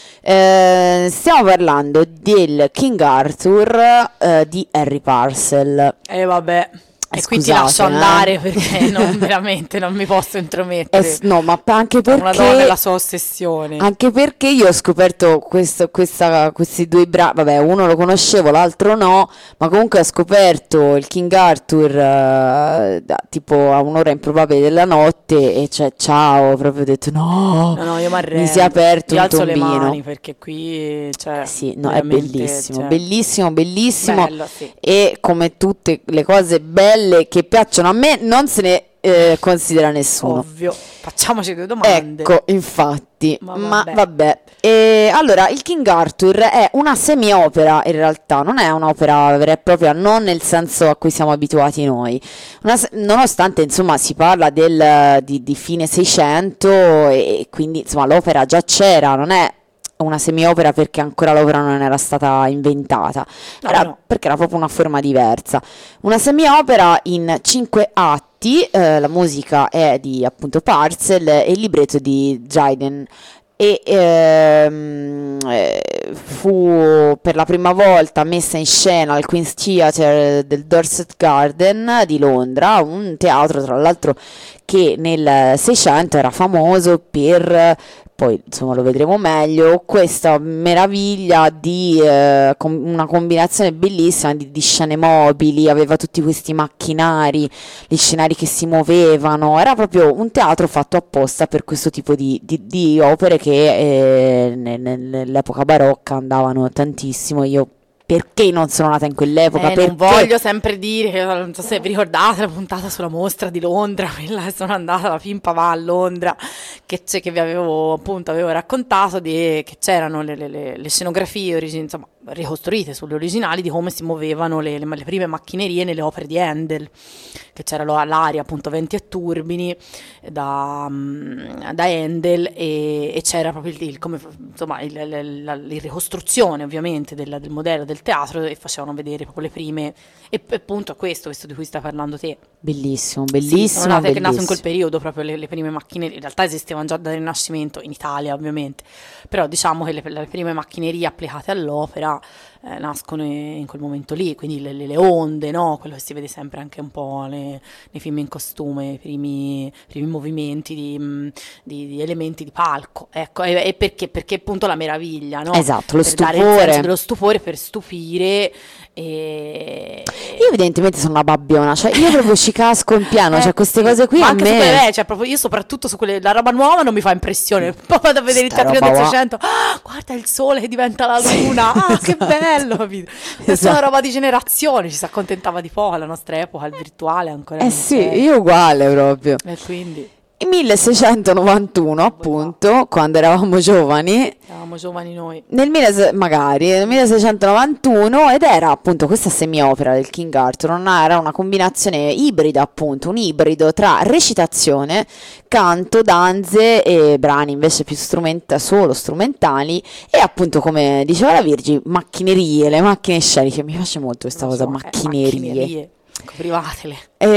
S1: Eh, stiamo parlando del King Arthur eh, di Harry Parcell.
S2: E vabbè, e qui ti
S1: Scusate,
S2: lascio
S1: eh.
S2: andare perché non, veramente non mi posso
S1: Eh,
S2: intromettere.
S1: s- no, ma anche
S2: Sono una donna
S1: perché,
S2: della sua ossessione.
S1: anche perché io ho scoperto questo, questa, questi due brani, vabbè, uno lo conoscevo, l'altro no, ma comunque ho scoperto il King Arthur eh, da- tipo a un'ora improbabile della notte e cioè ciao, proprio ho detto no,
S2: No, no, io mi arrendo.
S1: mi si è aperto
S2: Io
S1: un
S2: alzo le
S1: tombino.
S2: mani perché qui, cioè,
S1: Sì, no, è
S2: veramente,
S1: bellissimo,
S2: cioè,
S1: bellissimo, bellissimo.
S2: bello, sì.
S1: E come tutte le cose belle che piacciono a me, non se ne eh, considera nessuno.
S2: Ovvio. Facciamoci due domande.
S1: Ecco, infatti,
S2: Ma
S1: ma
S2: vabbè.
S1: vabbè. E allora, il King Arthur è una semi-opera in realtà, non è un'opera vera e propria, non nel senso a cui siamo abituati noi. Una se- nonostante, insomma, si parla del, di, di fine seicento e, e quindi, insomma, l'opera già c'era, non è una semi-opera perché ancora l'opera non era stata inventata,
S2: No,
S1: era
S2: no.
S1: perché era proprio una forma diversa. Una semi-opera in cinque atti, eh, la musica è di appunto Parcell e il libretto di Dryden. e ehm, eh, fu per la prima volta messa in scena al Queen's Theatre del Dorset Garden di Londra, un teatro tra l'altro che nel Seicento era famoso per, poi insomma lo vedremo meglio, questa meraviglia di eh, com- una combinazione bellissima di, di scene mobili, aveva tutti questi macchinari, gli scenari che si muovevano, era proprio un teatro fatto apposta per questo tipo di, di, di opere che eh, ne- ne- nell'epoca barocca andavano tantissimo. Io perché non sono nata in quell'epoca?
S2: Eh,
S1: perché
S2: non voglio sempre dire, che, non so se vi ricordate la puntata sulla mostra di Londra, quella che sono andata, la Pimpa va a Londra, che, c'è, che vi avevo appunto avevo raccontato di, che c'erano le, le, le, le scenografie origin- insomma, ricostruite sulle originali di come si muovevano le, le, le prime macchinerie nelle opere di Handel, che c'era lo- l'aria appunto venti e turbini da, mm, da Handel e, e c'era proprio il, il, come, insomma, il, il, la, la ricostruzione ovviamente del, del modello del teatro e facevano vedere proprio le prime e e appunto questo, questo di cui stai parlando te.
S1: bellissimo,
S2: Sì,
S1: bellissimo,
S2: sono nate, che nato in
S1: bellissimo.
S2: quel periodo proprio le, le prime macchinerie, in realtà esistevano già dal Rinascimento in Italia ovviamente, però diciamo che le, le prime macchinerie applicate all'opera eh, nascono in quel momento lì, quindi le, le- le onde, no? Quello che si vede sempre anche un po' le- nei film in costume, i primi, primi movimenti di, mh, di- di elementi di palco, ecco, e, e perché? Perché appunto la meraviglia, no?
S1: Esatto, lo
S2: Per dare il
S1: stupore.
S2: senso dello stupore, per stupire e...
S1: Io evidentemente sono una babbiona, cioè io proprio ci casco in piano, cioè
S2: Eh,
S1: queste
S2: sì.
S1: cose qui
S2: Ma
S1: a
S2: anche su
S1: me...
S2: quelle, cioè, proprio io soprattutto su quelle, la roba nuova non mi fa impressione. Poi vado a vedere il
S1: Sta
S2: teatrino
S1: roba
S2: del
S1: qua.
S2: Seicento, ah, guarda il sole che diventa la luna, ah, che bello, capito? Questa è
S1: Esatto.
S2: una roba di generazione, ci si accontentava di poco alla nostra epoca, il virtuale ancora
S1: Eh
S2: non
S1: sì,
S2: c'era.
S1: io uguale proprio.
S2: E quindi
S1: In milleseicentonovantuno, appunto, quando eravamo giovani,
S2: eravamo giovani noi.
S1: nel mille, magari, nel milleseicentonovantuno, ed era appunto questa semiopera del King Arthur, una- era una combinazione ibrida, appunto, un ibrido tra recitazione, canto, danze e brani invece più strumenta- solo strumentali e appunto, come diceva la Virgi, macchinerie, le macchine sceniche. Mi piace molto questa
S2: Non
S1: cosa,
S2: so, eh,
S1: macchinerie.
S2: macchinerie. Coprivatele.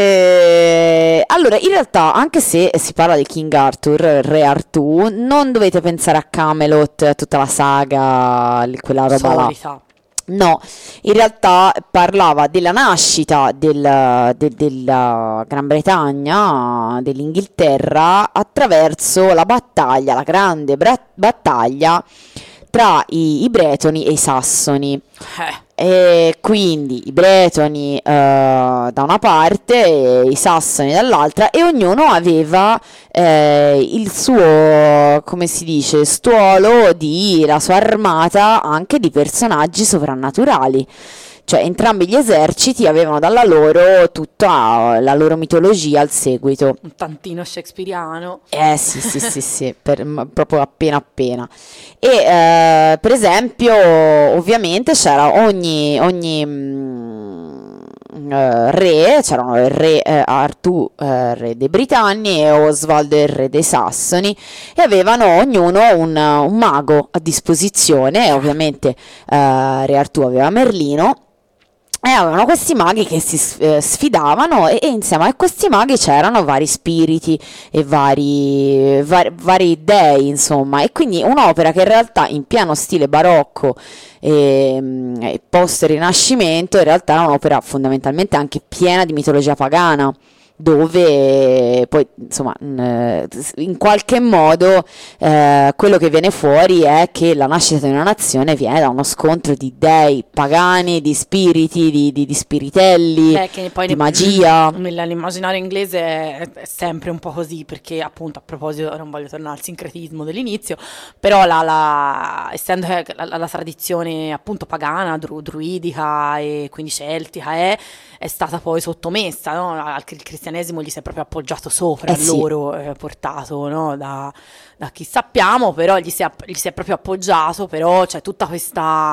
S1: Eh, allora, in realtà, anche se si parla di King Arthur, Re Artù, non dovete pensare a Camelot, a tutta la saga, l- quella roba là.
S2: Solita.
S1: No, in realtà parlava della nascita del- de- della Gran Bretagna, dell'Inghilterra, attraverso la battaglia, la grande bra- battaglia tra i, i Bretoni e i Sassoni.
S2: Eh.
S1: E quindi i Bretoni eh, da una parte e i Sassoni dall'altra, e ognuno aveva eh, il suo, come si dice, stuolo di la sua armata anche di personaggi sovrannaturali. Cioè entrambi gli eserciti avevano dalla loro tutta la loro mitologia al seguito.
S2: Un tantino shakespeariano.
S1: Eh sì, sì, sì, sì, per- ma proprio appena appena. E eh, per esempio, ovviamente c'era ogni, ogni mm, eh, re, c'erano il re eh, Artù, eh, re dei Britanni, e Oswald, il re dei Sassoni, e avevano ognuno un, un mago a disposizione. E ovviamente eh, re Artù aveva Merlino. E avevano questi maghi che si s- eh, sfidavano, e, e insieme a questi maghi c'erano vari spiriti e vari, vari, vari dei, insomma. E quindi un'opera che in realtà in pieno stile barocco e, mm, e post-rinascimento, in realtà era un'opera fondamentalmente anche piena di mitologia pagana, dove poi insomma mh, eh, in qualche modo eh, quello che viene fuori è che la nascita di una nazione viene da uno scontro di dei pagani, di spiriti, di, di- di spiritelli,
S2: Beh, che poi
S1: di
S2: ne-
S1: magia.
S2: Nell'immaginario inglese è, è sempre un po' così, perché appunto, a proposito, non voglio tornare al sincretismo dell'inizio, però la, la- essendo che la, la- la tradizione appunto pagana, dru- druidica e quindi celtica è, è stata poi sottomessa, no? Al il cristianesimo gli si è proprio appoggiato sopra,
S1: Eh
S2: a
S1: sì.
S2: loro, eh, portato, no? da, da chi sappiamo, però gli si è, gli si è proprio appoggiato, però c'è tutta questa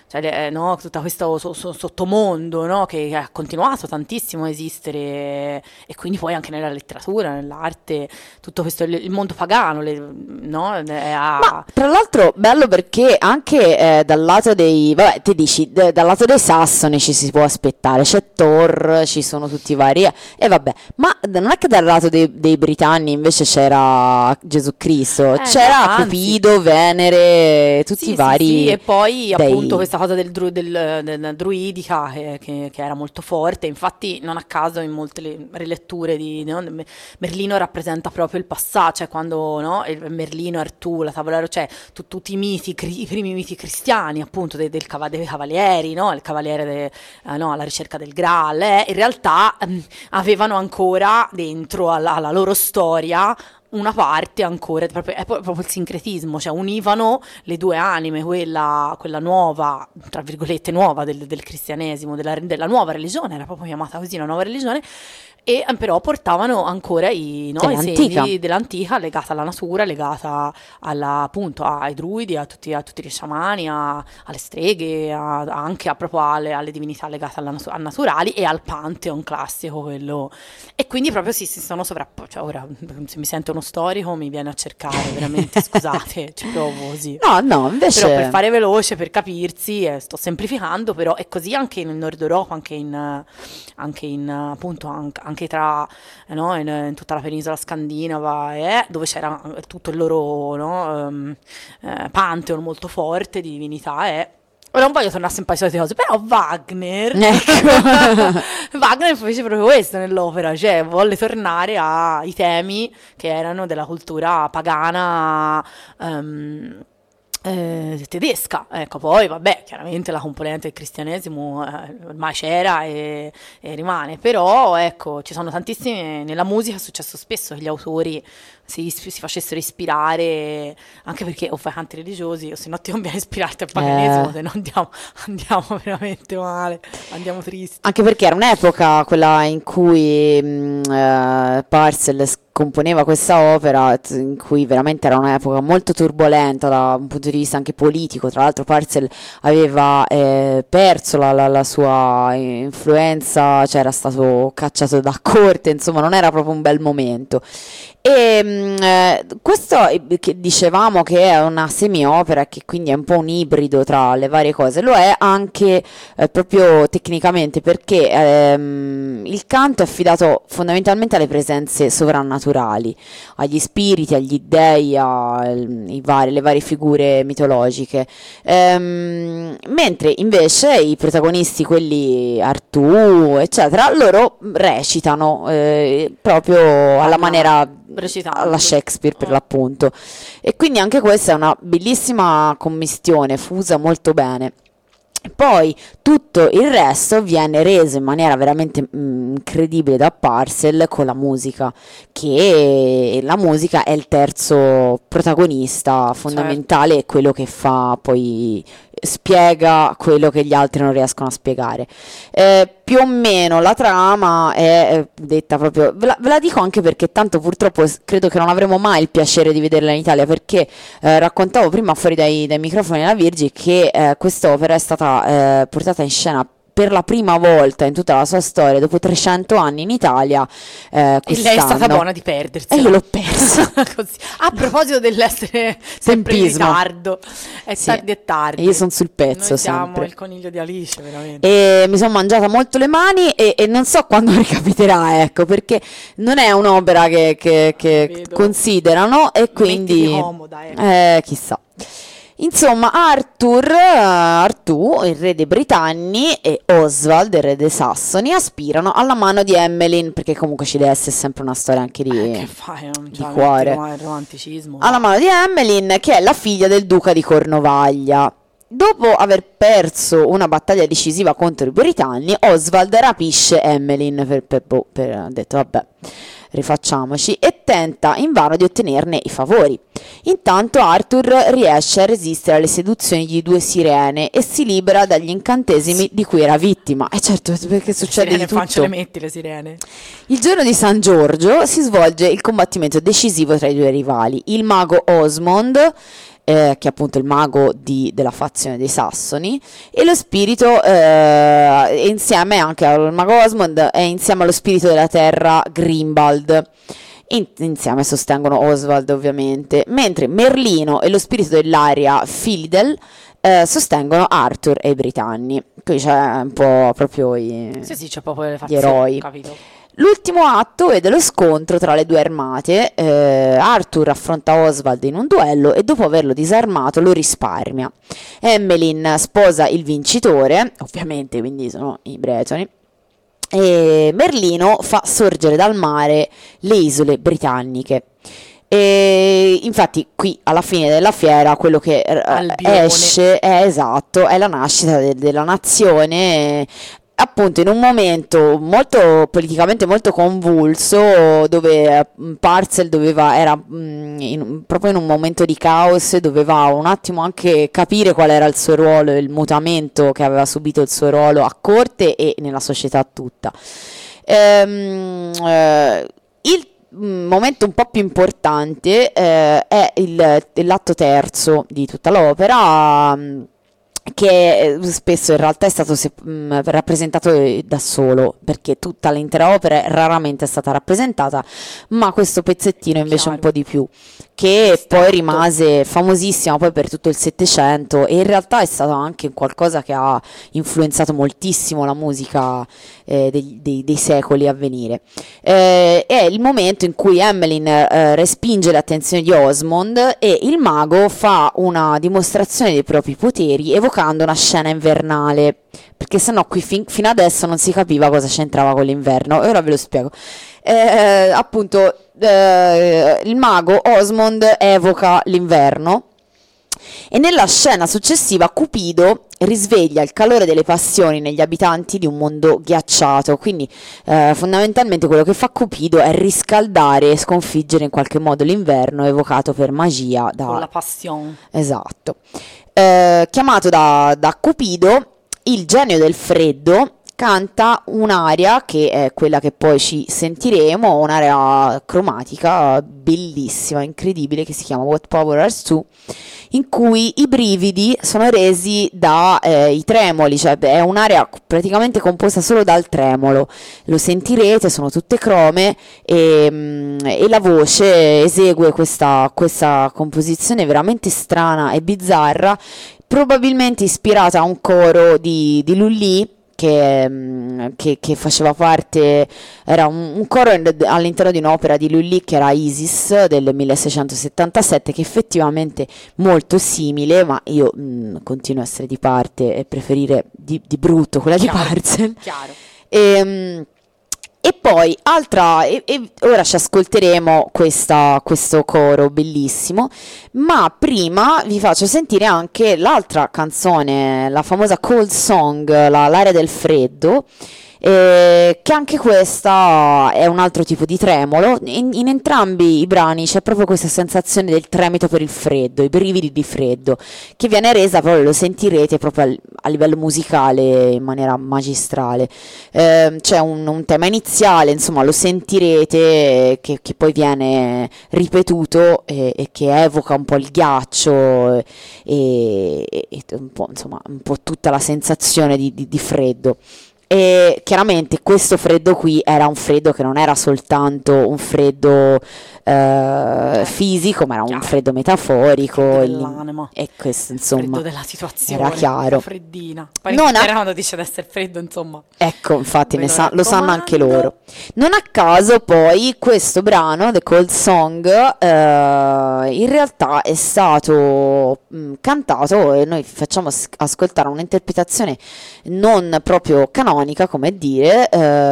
S2: cioè, eh, no, tutto questo so- so- sottomondo, no, che ha continuato tantissimo a esistere, e quindi poi anche nella letteratura, nell'arte, tutto questo, il, il mondo pagano, le- no, eh, ha-
S1: Ma tra l'altro bello perché anche eh, dal lato dei, vabbè, ti dici, d- dal lato dei Sassoni ci si può aspettare, c'è Thor, ci sono tutti i vari, e vabbè, ma d- non è che dal lato dei, dei Britanni invece c'era Gesù Cristo,
S2: Eh,
S1: c'era
S2: no, anzi.
S1: Cupido, Venere, tutti
S2: Sì,
S1: i
S2: sì,
S1: vari
S2: sì, e poi
S1: dei.
S2: appunto questa cosa del, dru- del- del- druidica che, che- che era molto forte, infatti non a caso in molte le riletture di no, Me- Merlino rappresenta proprio il passaggio, cioè quando no, il Merlino, Artù, la tavola, cioè tu- tutti i miti, cri- i primi miti cristiani appunto de- del cava- dei cavalieri, no, il cavaliere de- eh, no, alla ricerca del Graal, eh, in realtà ehm, avevano ancora dentro alla, alla loro storia una parte ancora, proprio, è proprio il sincretismo, cioè univano le due anime, quella, quella nuova, tra virgolette nuova del, del cristianesimo, della, della nuova religione, era proprio chiamata così, una nuova religione, e eh, però portavano ancora i, no, i
S1: Dell'antica.
S2: segni dell'antica legata alla natura, legata alla, appunto ai druidi, a tutti, a tutti gli sciamani, a- alle streghe, a- anche a, proprio alle, alle divinità legate alla, natu- a naturali e al pantheon classico, quello. E quindi proprio sì, si sono sovrapposti. Cioè, ora se mi sente uno storico mi viene a cercare, veramente, scusate, ci provo così.
S1: No, no, invece
S2: Però per fare veloce, per capirsi, eh, sto semplificando, però è così anche in Nord Europa, anche in, eh, anche in eh, appunto, anche, anche tra, eh, no, in, in tutta la penisola scandinava, eh, dove c'era eh, tutto il loro no, ehm, eh, pantheon molto forte di divinità, eh. Ora non voglio tornare sempre alle solite cose, però Wagner,
S1: Ecco.
S2: Wagner fece proprio questo nell'opera, cioè volle tornare ai temi che erano della cultura pagana, ehm, eh, tedesca. Ecco, poi vabbè, chiaramente la componente del cristianesimo eh, ormai c'era e, e rimane, però ecco, ci sono tantissime, nella musica è successo spesso che gli autori si, is- si facessero ispirare, anche perché o fai canti religiosi o se no ti conviene ispirarti al paganesimo,
S1: Eh.
S2: se no andiamo, andiamo veramente male, andiamo tristi.
S1: Anche perché era un'epoca, quella in cui mh, eh, Parcel s- componeva questa opera, t- in cui veramente era un'epoca molto turbolenta da un punto di vista anche politico. Tra l'altro Parcel aveva eh, perso la, la- la sua influenza, cioè era stato cacciato da corte, insomma non era proprio un bel momento. E mh, eh, questo eh, che dicevamo che è una semi-opera, che quindi è un po' un ibrido tra le varie cose, lo è anche eh, proprio tecnicamente, perché ehm, il canto è affidato fondamentalmente alle presenze sovrannaturali, agli spiriti, agli dei, alle varie figure mitologiche. Ehm, mentre invece i protagonisti, quelli Artù, eccetera, loro recitano eh, proprio alla maniera
S2: recitando.
S1: alla Shakespeare per l'appunto, e quindi anche questa è una bellissima commistione fusa molto bene. Poi tutto il resto viene reso in maniera veramente mm, incredibile da Parcel con la musica, che la musica è il terzo protagonista fondamentale, è quello che fa poi spiega quello che gli altri non riescono a spiegare. Eh, più o meno la trama è eh, detta proprio, ve la, ve la dico anche perché tanto purtroppo s- credo che non avremo mai il piacere di vederla in Italia, perché eh, raccontavo prima fuori dai, dai microfoni alla Virgi che eh, quest'opera è stata eh, portata in scena per la prima volta in tutta la sua storia dopo trecento anni in Italia eh,
S2: E lei è stata
S1: quest'anno.
S2: buona di perdersi.
S1: E io l'ho persa.
S2: Così. A proposito dell'essere sempre in
S1: Tempismo.
S2: ritardo, è
S1: Sì.
S2: tardi e tardi.
S1: E io son sul pezzo
S2: Noi siamo
S1: sempre.
S2: il coniglio di Alice, veramente.
S1: E mi sono mangiata molto le mani e, e non so quando ricapiterà, ecco, perché non è un'opera che, che- che
S2: Vedo.
S1: considerano, e quindi
S2: Mettiti comoda, ecco.
S1: eh, chissà. Insomma, Arthur, eh, Artù, il re dei Britanni, e Oswald, il re dei Sassoni, aspirano alla mano di Emmeline, perché comunque ci deve essere sempre una storia anche di,
S2: Eh, che fai? Non
S1: di
S2: cioè,
S1: cuore.
S2: metti il romanticismo.
S1: Alla mano di Emmeline, che è la figlia del duca di Cornovaglia. Dopo aver perso una battaglia decisiva contro i britanni, Oswald rapisce Emmeline per, per, boh, per- ha detto vabbè, rifacciamoci, e tenta invano di ottenerne i favori. Intanto Arthur riesce a resistere alle seduzioni di due sirene e si libera dagli incantesimi di cui era vittima. E certo, perché
S2: Le
S1: succede
S2: sirene
S1: di
S2: fan ce
S1: tutto.
S2: le metti, le sirene.
S1: Il giorno di San Giorgio si svolge il combattimento decisivo tra i due rivali, il mago Osmond, eh, che è appunto il mago di- della fazione dei Sassoni, e lo spirito, eh, insieme anche al mago Osmond, è insieme allo spirito della terra Grimbald. In- insieme sostengono Oswald ovviamente, mentre Merlino e lo spirito dell'aria Philidel eh, sostengono Arthur e i Britanni. Qui c'è un po' proprio i,
S2: Sì, sì, c'è proprio le
S1: gli
S2: fazioni,
S1: eroi.
S2: capito?
S1: L'ultimo atto vede lo scontro tra le due armate. eh, Arthur affronta Oswald in un duello e dopo averlo disarmato lo risparmia. Emmeline sposa il vincitore, ovviamente, quindi sono i Bretoni, e Merlino fa sorgere dal mare le isole britanniche. E infatti qui alla fine della fiera quello che eh,
S2: Albione.
S1: esce è esatto, è la nascita de- della nazione, eh, appunto in un momento molto politicamente molto convulso, dove eh, Parcel doveva era mm, in- proprio in un momento di caos, doveva un attimo anche capire qual era il suo ruolo, il mutamento che aveva subito il suo ruolo a corte e nella società tutta. Ehm, eh, il mm, momento un po' più importante eh, è il, l'atto terzo di tutta l'opera, mm, che eh, spesso in realtà è stato se- mh, rappresentato eh, da solo, perché tutta l'intera opera raramente è stata rappresentata, ma questo pezzettino invece un
S2: Chiaro.
S1: po' di più, che
S2: Estratto.
S1: poi rimase famosissima poi per tutto il Settecento, e in realtà è stato anche qualcosa che ha influenzato moltissimo la musica eh, dei, dei- dei secoli a venire. Eh, è il momento in cui Emmeline eh, respinge l'attenzione di Osmond e il mago fa una dimostrazione dei propri poteri evocando una scena invernale, perché sennò qui fin- fino adesso non si capiva cosa c'entrava con l'inverno, e ora ve lo spiego. Eh, appunto, eh, il mago Osmond evoca l'inverno, e nella scena successiva Cupido risveglia il calore delle passioni negli abitanti di un mondo ghiacciato. Quindi eh, fondamentalmente quello che fa Cupido è riscaldare e sconfiggere in qualche modo l'inverno evocato per magia da...
S2: Con la passione.
S1: Esatto. Eh, chiamato da, da Cupido, il genio del freddo canta un'aria che è quella che poi ci sentiremo, un'aria cromatica bellissima, incredibile, che si chiama What Power Ars two, in cui i brividi sono resi dai eh, tremoli, cioè è un'area praticamente composta solo dal tremolo. Lo sentirete, sono tutte crome, e, mm, e la voce esegue questa, questa composizione veramente strana e bizzarra, probabilmente ispirata a un coro di, di Lully, che, mm, che- che faceva parte, era un, un coro in- all'interno di un'opera di Lully che era Isis del milleseicentosettantasette, che effettivamente molto simile, ma io mm, continuo a essere di parte e preferire di, di brutto quella
S2: Chiaro.
S1: di Parcel.
S2: Chiaro.
S1: Ehm, E poi, altra, e, e ora ci ascolteremo questa- questo coro bellissimo, ma prima vi faccio sentire anche l'altra canzone, la famosa Cold Song, la- l'area del freddo, eh, che anche questa è un altro tipo di tremolo. In, in entrambi i brani c'è proprio questa sensazione del tremito per il freddo, i brividi di freddo, che viene resa, proprio lo sentirete proprio al- a livello musicale in maniera magistrale. Ehm, c'è un, un tema iniziale, insomma, lo sentirete, eh, che, che poi viene ripetuto, e, e che evoca un po' il ghiaccio, eh, e, e un po', insomma, un po' tutta la sensazione di, di- di freddo. E chiaramente questo freddo qui era un freddo che non era soltanto un freddo eh, fisico, ma era un
S2: Chiaro.
S1: freddo metaforico.
S2: Freddo
S1: il-
S2: dell'anima.
S1: E questo,
S2: Freddo
S1: insomma,
S2: della situazione.
S1: era chiaro.
S2: Freddina. Poi
S1: Non
S2: in
S1: a-
S2: Inghilterra quando dice di essere freddo, insomma.
S1: Ecco, infatti
S2: Ve
S1: ne
S2: lo
S1: sa- lo sanno anche
S2: raccomando.
S1: loro. Non a caso poi questo brano, The Cold Song, eh, in realtà è stato mh, cantato, e noi facciamo as- ascoltare un'interpretazione non proprio canonica, come dire,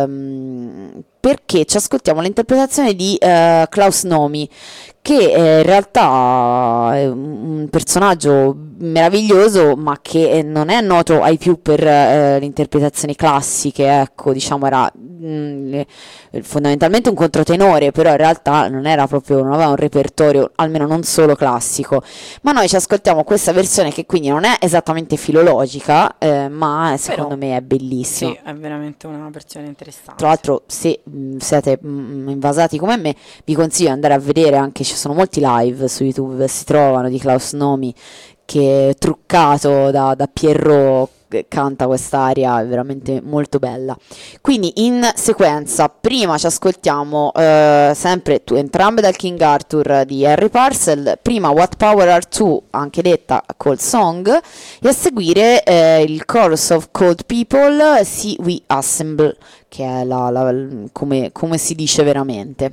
S1: ehm, perché ci ascoltiamo l'interpretazione di eh, Klaus Nomi, che eh, in realtà è un un personaggio meraviglioso, ma che eh, non è noto ai più per eh, le interpretazioni classiche, ecco, diciamo era mm, eh, fondamentalmente un controtenore, però in realtà non era proprio, non aveva un repertorio, almeno non solo classico. Ma noi ci ascoltiamo questa versione, che quindi non è esattamente filologica, eh, ma secondo me è bellissima.
S2: Sì, è veramente una versione interessante.
S1: Tra l'altro, se mh, siete mh, invasati come me, vi consiglio di andare a vedere anche, ci sono molti live su YouTube, si trovano, di Klaus Nomi, che truccato da, da Pierrot canta quest'aria, è veramente molto bella. Quindi in sequenza prima ci ascoltiamo eh, sempre tu, entrambe dal King Arthur di Harry Parcel, prima What Power Are Two, anche detta Cold Song, e a seguire eh, il Chorus of Cold People, See We Assemble, che è la, la, come, come si dice veramente.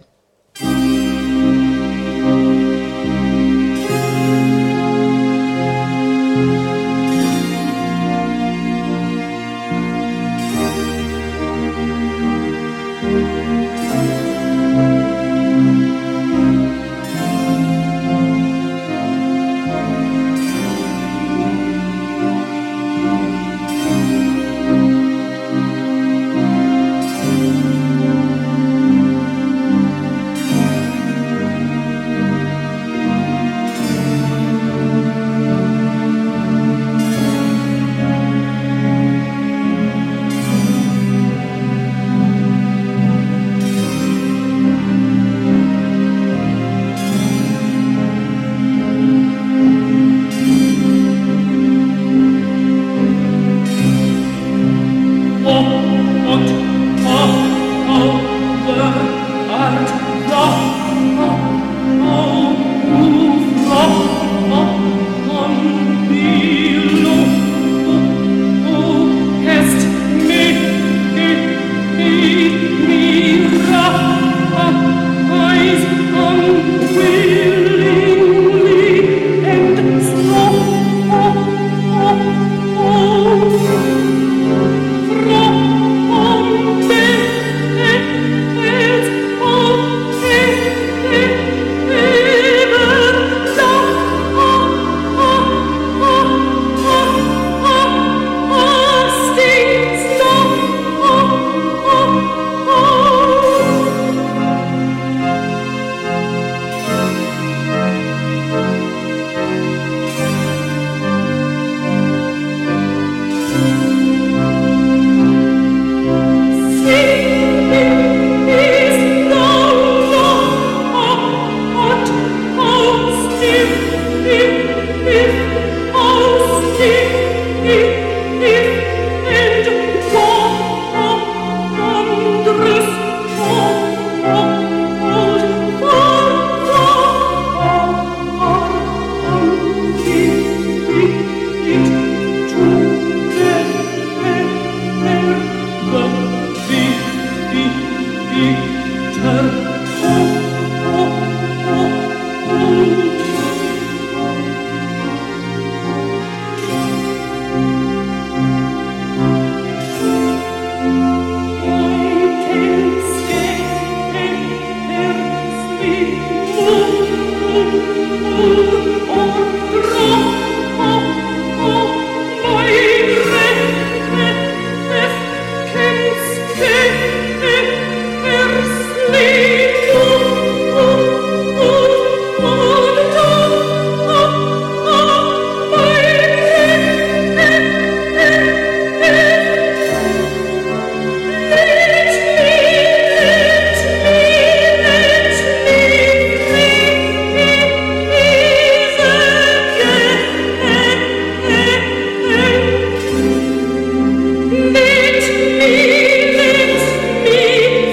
S4: Let me, let me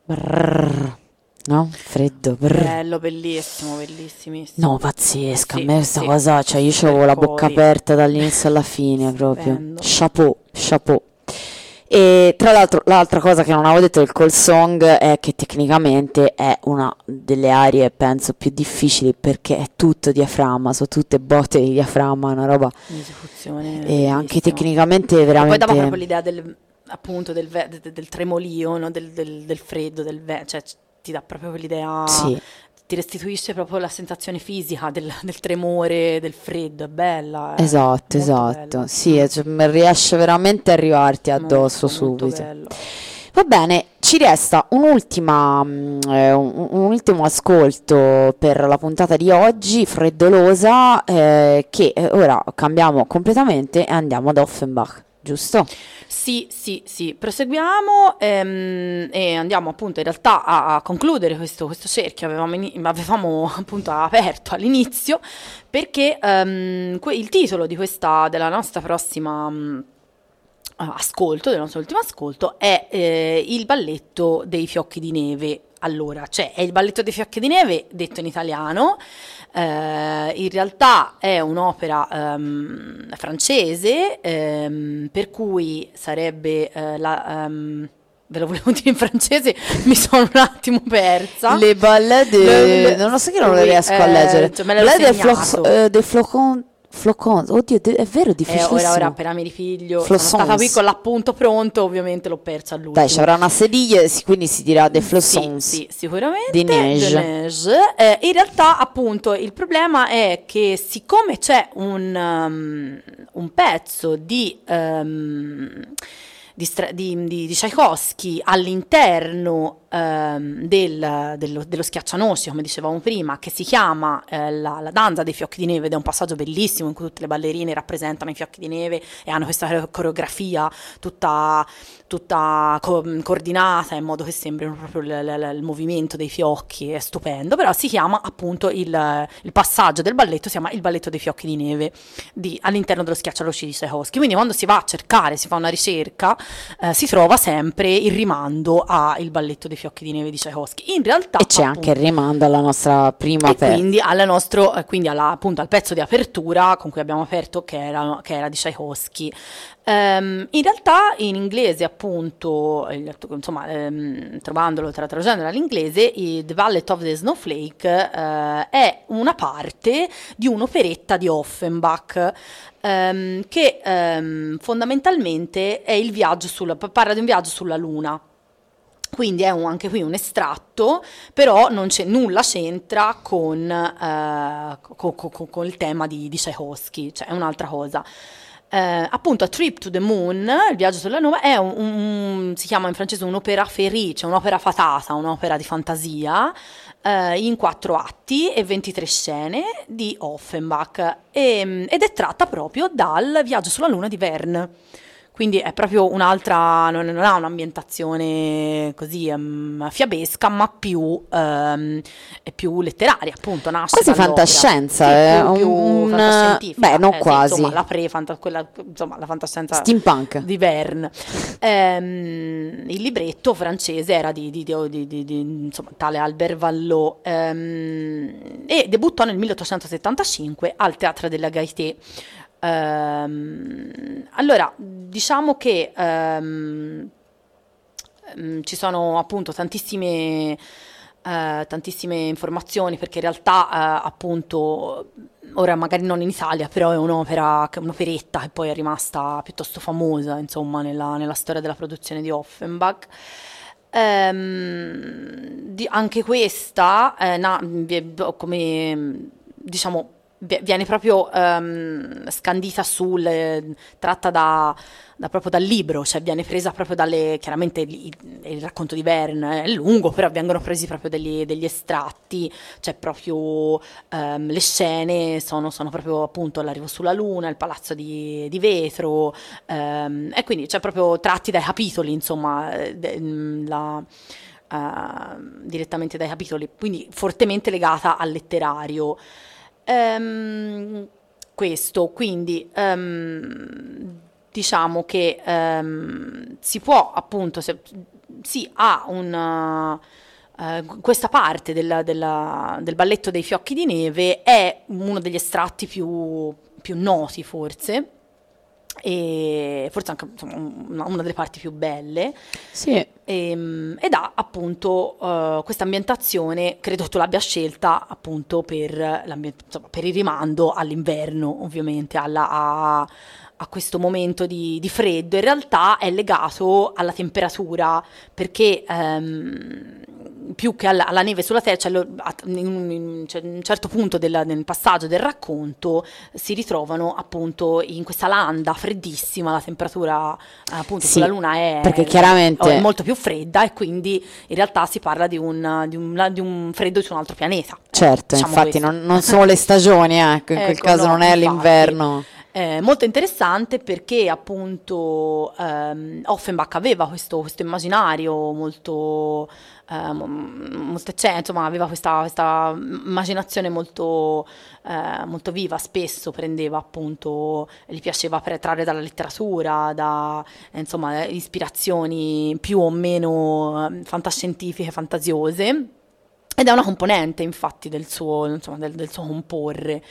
S1: Brrr. No? Freddo. Brrr.
S2: Bello, bellissimo, bellissimissimo.
S1: No, pazzesca,
S2: Sì,
S1: a me questa
S2: sì.
S1: cosa, cioè io avevo la bocca
S2: Cori.
S1: aperta dall'inizio alla fine proprio.
S2: Stupendo.
S1: Chapeau, chapeau. E tra l'altro l'altra cosa che non avevo detto del Cold Song è che tecnicamente è una delle aree penso più difficili perché è tutto diaframma, sono tutte botte di diaframma, una roba
S2: Un'esecuzione
S1: e anche
S2: bellissima.
S1: tecnicamente
S2: E poi dava
S1: veramente
S2: proprio l'idea del, appunto, del, ve- de- del tremolio, no? Del, del- del freddo, del ve- cioè c- ti dà proprio l'idea,
S1: sì,
S2: ti restituisce proprio la sensazione fisica del, del tremore, del freddo, è bella, è
S1: esatto,
S2: molto
S1: esatto.
S2: bella.
S1: Sì,
S2: Mm.
S1: e cioè, m- riesce veramente a arrivarti addosso
S2: Molto, molto
S1: subito.
S2: bello.
S1: Va bene, ci resta un'ultima, mm, eh, un, un ultimo ascolto per la puntata di oggi, freddolosa, eh, che eh, ora cambiamo completamente e andiamo ad Offenbach, giusto?
S2: Sì, sì, sì, proseguiamo ehm, e andiamo appunto in realtà a, a concludere questo, questo cerchio che avevamo, ini- avevamo appunto aperto all'inizio perché ehm, que- il titolo di questa, della nostra prossima mh, ascolto, del nostro ultimo ascolto, è eh, il balletto dei fiocchi di neve. Allora, cioè è il balletto dei fiocchi di neve detto in italiano, eh, in realtà è un'opera ehm, francese, ehm, per cui sarebbe eh, la... ehm, ve lo volevo dire in francese, mi sono un attimo persa.
S1: Le ballet de...
S2: Le- le-
S1: non lo so che non lo
S2: oui,
S1: riesco a
S2: eh,
S1: leggere.
S2: cioè me l'ero
S1: Ballet des
S2: segnato.
S1: Floc- eh, des Flocons, Flocons. Oddio, de- è vero,
S2: Eh,
S1: difficilissimo.
S2: ora, ora appena mi ripiglio, sono
S1: Flossons.
S2: stata qui con l'appunto pronto, ovviamente l'ho persa all'ultimo.
S1: Dai, ci avrà una sediglia, sì, quindi si dirà des
S2: Sì,
S1: Flossons.
S2: sì, sicuramente.
S1: Di neige.
S2: de neige. Eh, in realtà, appunto, il problema è che siccome c'è un, um, un pezzo di, um, di, stra- di, di, di Tchaikovsky all'interno ehm, del- dello, dello schiaccianoci, come dicevamo prima, che si chiama eh, la, la danza dei fiocchi di neve, ed è un passaggio bellissimo in cui tutte le ballerine rappresentano i fiocchi di neve e hanno questa coreografia tutta, tutta co- coordinata in modo che sembrino proprio il, il- il movimento dei fiocchi, è stupendo, però si chiama appunto il, il passaggio del balletto, si chiama il balletto dei fiocchi di neve di- all'interno dello schiaccianoci di Tchaikovsky. Quindi quando si va a cercare, si fa una ricerca, eh, si trova sempre il rimando al balletto dei fiocchi di neve di Tchaikovsky. In realtà
S1: E c'è
S2: appunto,
S1: anche il rimando alla nostra prima
S2: e
S1: aperta.
S2: quindi, alla nostro, eh, quindi alla, appunto al pezzo di apertura con cui abbiamo aperto, che era, che era di Tchaikovsky. Ehm, in realtà in inglese appunto, il- insomma, ehm, trovandolo, tra- traducendolo all'inglese, i The Ballet of the Snowflake eh, è una parte di un'operetta di Offenbach, ehm, che ehm, fondamentalmente è il viaggio sulla, parla di un viaggio sulla Luna. Quindi è un- anche qui un estratto, però non c'è, nulla c'entra con, eh, co- co- co- con il tema di, di Tchaikovsky, cioè è un'altra cosa. Eh, appunto, A Trip to the Moon, il viaggio sulla Luna, è un, un- si chiama in francese un'opera féerie, cioè un'opera fatata, un'opera di fantasia, eh, in quattro atti e ventitré scene di Offenbach, e- ed è tratta proprio dal viaggio sulla Luna di Verne. Quindi è proprio un'altra, non, non ha un'ambientazione così ehm, fiabesca, ma più, ehm, è più letteraria, appunto, nasce
S1: Quasi
S2: dall'opera.
S1: fantascienza,
S2: Sì,
S1: è
S2: più, più
S1: un-
S2: fantascientifica.
S1: beh, non
S2: Eh, sì,
S1: quasi.
S2: insomma, la pre-fanta- quella, insomma, la fantascienza
S1: Steampunk.
S2: di Verne. Ehm, il libretto francese era di, di- di- di- di- di, insomma, tale Albert Vallot, ehm, e debuttò nel milleottocentosettantacinque al Théâtre de la Gaîté. Ehm, allora, diciamo che ehm, ehm, ci sono appunto tantissime, eh, tantissime informazioni, perché in realtà eh, appunto ora magari non in Italia, però è un'opera, che- un'operetta che poi è rimasta piuttosto famosa, insomma, nella, nella storia della produzione di Offenbach. Ehm, di- anche questa, eh, na- vi- come diciamo, vi- viene proprio ehm, scandita sul, eh, tratta da, da proprio dal libro, cioè viene presa proprio dalle, chiaramente il, il- il racconto di Verne è lungo, però vengono presi proprio degli, degli estratti, cioè proprio ehm, le scene sono, sono proprio appunto l'arrivo sulla Luna, il palazzo di, di vetro, ehm, e quindi cioè proprio tratti dai capitoli, insomma, eh, de- mm, la, eh, direttamente dai capitoli, quindi fortemente legata al letterario. Ehm, questo, quindi ehm, diciamo che ehm, si può appunto, se- sì, ha un... Uh, questa parte della, della, del balletto dei fiocchi di neve è uno degli estratti più, più noti forse, e forse anche insomma, una, una delle parti più belle.
S1: Sì.
S2: E, ed ha appunto uh, questa ambientazione, credo tu l'abbia scelta appunto per, insomma, per il rimando all'inverno, ovviamente alla, a, a questo momento di, di freddo. In realtà è legato alla temperatura, perché um, più che alla, alla neve sulla terra, cioè, lo, a, in, in, cioè, in un certo punto del, nel passaggio del racconto si ritrovano appunto in questa landa freddissima, la temperatura appunto
S1: sì,
S2: sulla Luna è,
S1: perché chiaramente
S2: è molto più fredda, e quindi in realtà si parla di un, di un, di un freddo su un altro pianeta.
S1: Certo,
S2: diciamo
S1: infatti
S2: questo.
S1: non, non sono le stagioni, ecco, in
S2: Ecco,
S1: quel caso
S2: no,
S1: non è
S2: infatti.
S1: l'inverno.
S2: Eh, molto interessante, perché appunto ehm, Offenbach aveva questo, questo immaginario molto, ehm, molto cioè, insomma, aveva questa, questa immaginazione molto, eh, molto viva. Spesso prendeva appunto, gli piaceva pre- trarre dalla letteratura, da eh, insomma ispirazioni più o meno eh, fantascientifiche, fantasiose. Ed è una componente, infatti, del suo, insomma, del, del suo comporre.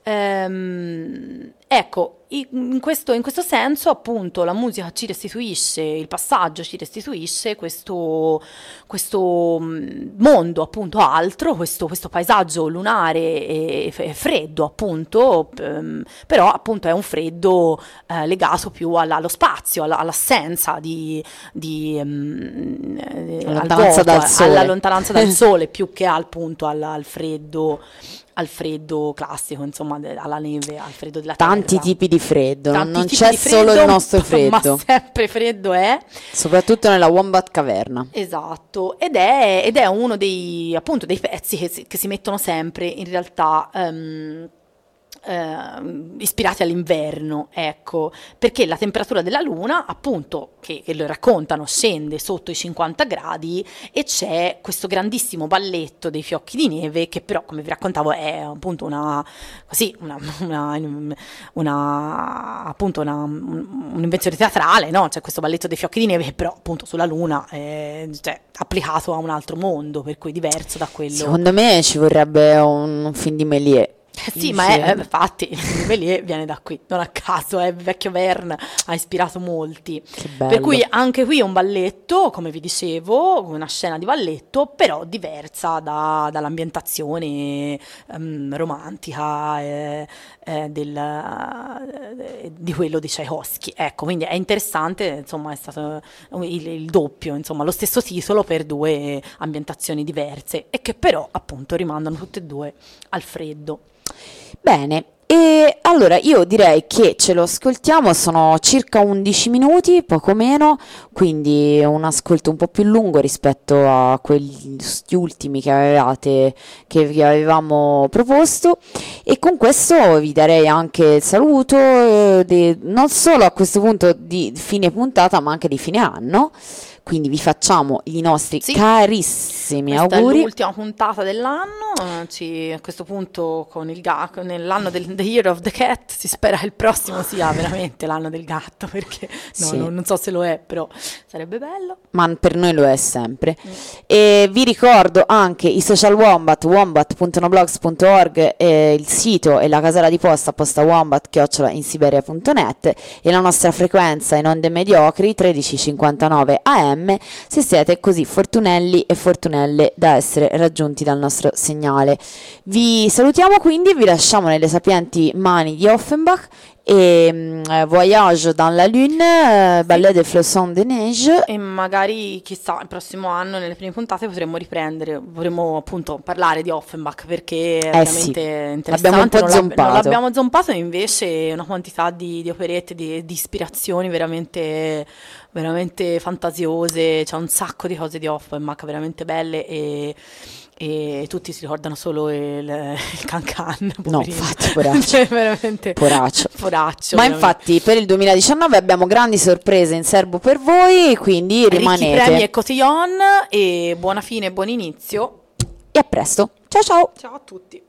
S2: Ehm, ecco, in questo, in questo senso, appunto, la musica ci restituisce, il passaggio ci restituisce questo, questo mondo, appunto, altro, questo, questo paesaggio lunare e, e freddo, appunto, ehm, però, appunto, è un freddo eh, legato più alla, allo spazio, alla, all'assenza di... di um,
S1: lontananza dal sole.
S2: alla lontananza dal sole, più che al punto al, al freddo, al freddo classico, insomma, de, alla neve, al freddo della terra.
S1: Tanti tipi di freddo,
S2: Tanti
S1: non
S2: tipi
S1: c'è
S2: di freddo,
S1: solo il nostro freddo,
S2: ma sempre freddo è.
S1: soprattutto nella Wombat Caverna.
S2: Esatto, ed è, ed è uno dei, appunto, dei pezzi che si, che si mettono sempre in realtà um, Uh, ispirati all'inverno, ecco, perché la temperatura della Luna, appunto, che, che lo raccontano, scende sotto i cinquanta gradi, e c'è questo grandissimo balletto dei fiocchi di neve, che però, come vi raccontavo, è appunto una così una, una, una appunto una, un'invenzione teatrale, no? C'è questo balletto dei fiocchi di neve che però appunto sulla Luna è, cioè, applicato a un altro mondo, per cui diverso da quello.
S1: Secondo me ci vorrebbe un, un film di Méliès.
S2: Eh sì, ma è, eh, infatti, Méliès viene da qui, non a caso, è il vecchio Verne, ha ispirato molti.
S1: Che bello.
S2: Per cui anche qui è un balletto, come vi dicevo, una scena di balletto, però diversa da, dall'ambientazione um, romantica eh, eh, del, eh, di quello di Tchaikovsky. Ecco, quindi è interessante, insomma, è stato il, il doppio, insomma, lo stesso titolo per due ambientazioni diverse, e che però, appunto, rimandano tutte e due al freddo.
S1: Bene, e allora io direi che ce lo ascoltiamo, sono circa undici minuti, poco meno, quindi un ascolto un po' più lungo rispetto a quegli ultimi che avevate, che vi avevamo proposto, e con questo vi darei anche il saluto, eh, de, non solo a questo punto di fine puntata, ma anche di fine anno. Quindi vi facciamo i nostri
S2: sì,
S1: carissimi
S2: questa
S1: auguri.
S2: È l'ultima puntata dell'anno, ci, a questo punto con il gatto, nell'anno del the Year of the Cat, si spera che il prossimo sia veramente l'anno del gatto, perché no,
S1: sì.
S2: non, non so se lo è, però sarebbe bello.
S1: Ma per noi lo è sempre.
S2: Mm.
S1: E vi ricordo anche i social Wombat, wombat punto noblogs punto org, eh, il sito e la casella di posta posta wombat chiocciola insiberia punto net, e la nostra frequenza in onde mediocri tredici cinquantanove A M, se siete così fortunelli e fortunelle da essere raggiunti dal nostro segnale. Vi salutiamo quindi, vi lasciamo nelle sapienti mani di Offenbach e um, Voyage dans la Lune, uh, Ballet des Flocons de Neige,
S2: e magari chissà il prossimo anno nelle prime puntate potremmo riprendere, potremmo appunto parlare di Offenbach, perché è
S1: eh
S2: veramente
S1: sì,
S2: interessante.
S1: l'abbiamo un po'
S2: non,
S1: zompato.
S2: non l'abbiamo zompato, invece una quantità di, di operette, di, di ispirazioni veramente veramente fantasiose, c'è un sacco di cose di Offenbach veramente belle, e e tutti si ricordano solo il, il Can-Can.
S1: No, infatti, poraccio.
S2: Cioè, veramente
S1: poraccio.
S2: poraccio
S1: Ma
S2: veramente.
S1: infatti per il duemiladiciannove abbiamo grandi sorprese in serbo per voi, quindi rimanete.
S2: Ricchi premi e cotillon, e buona fine e buon inizio.
S1: E a presto. Ciao ciao.
S2: Ciao a tutti.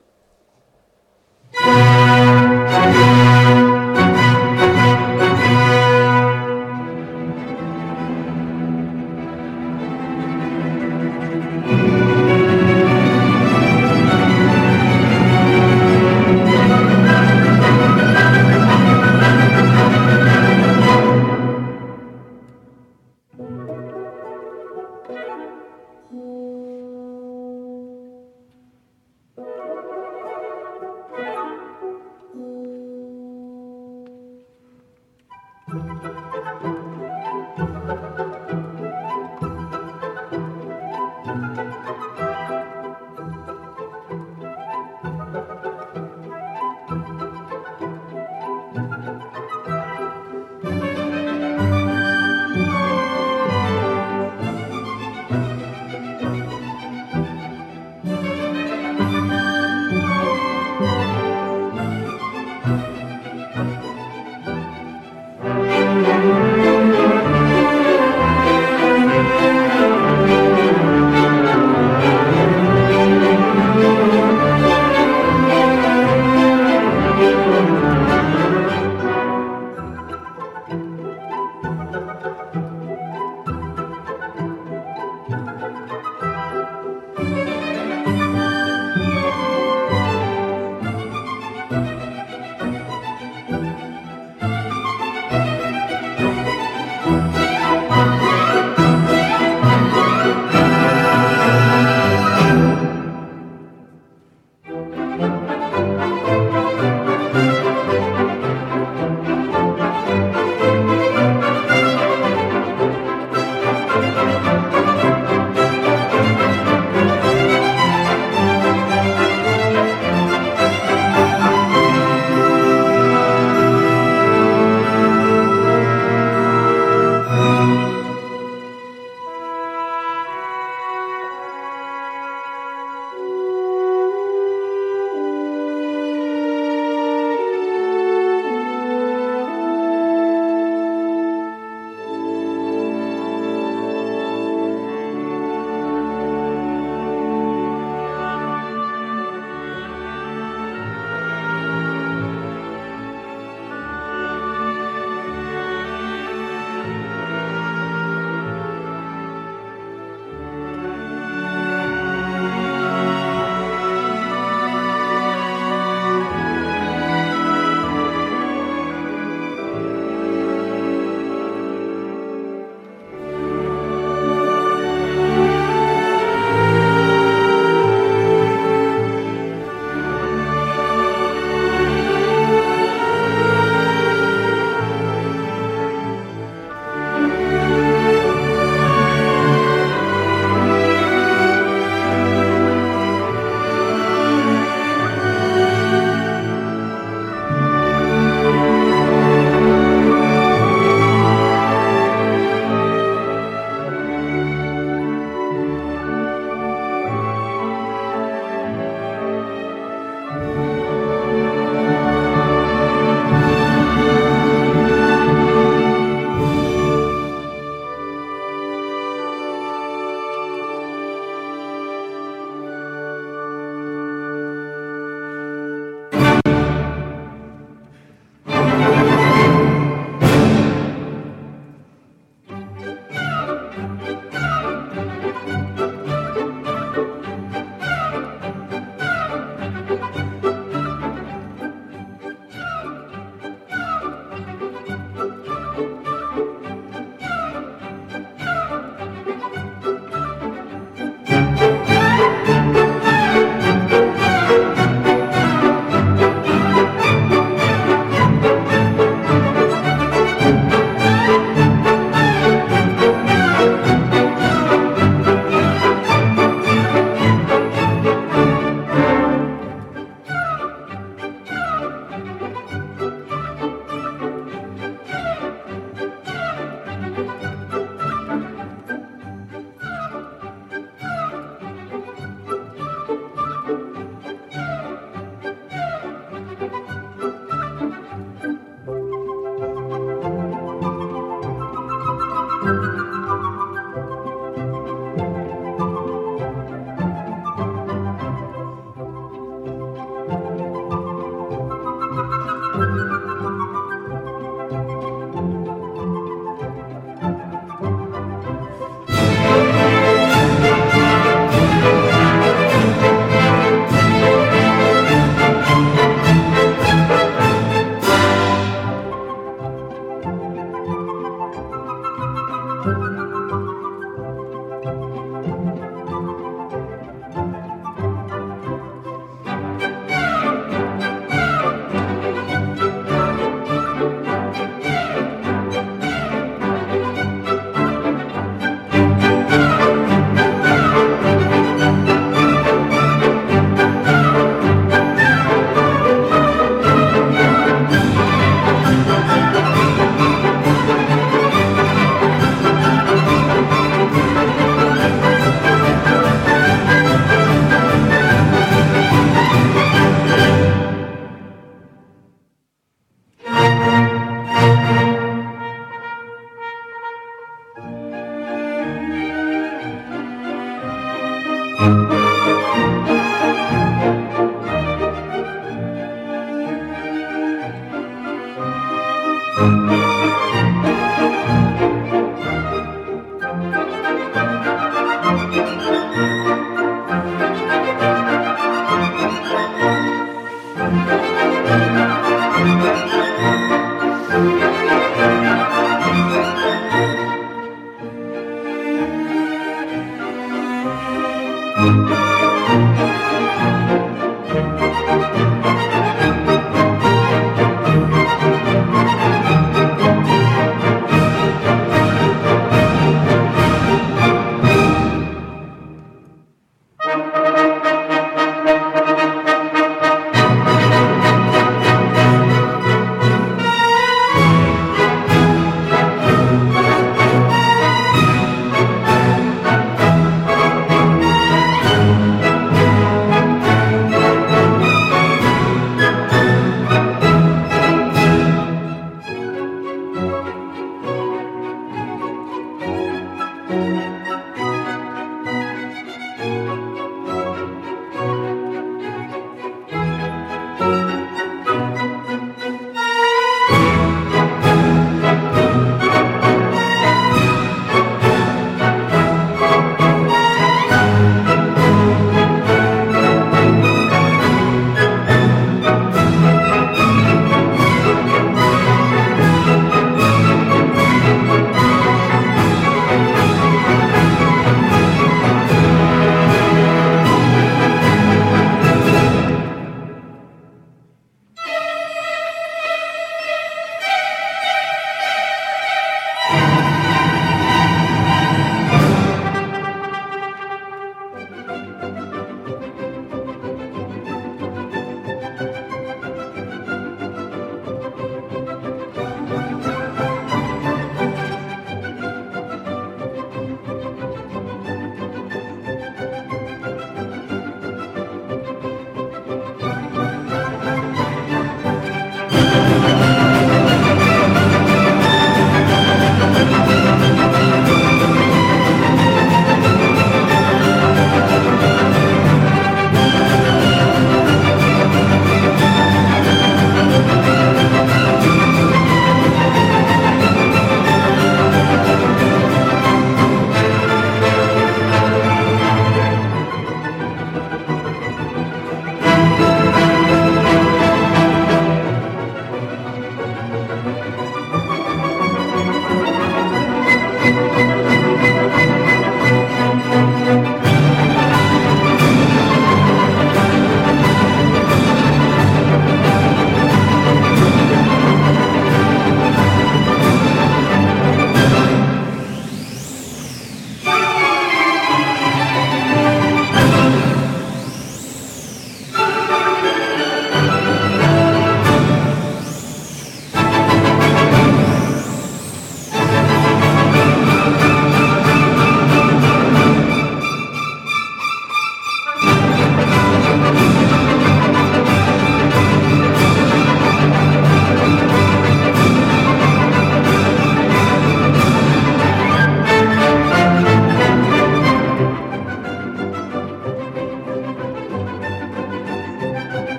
S3: Thank you.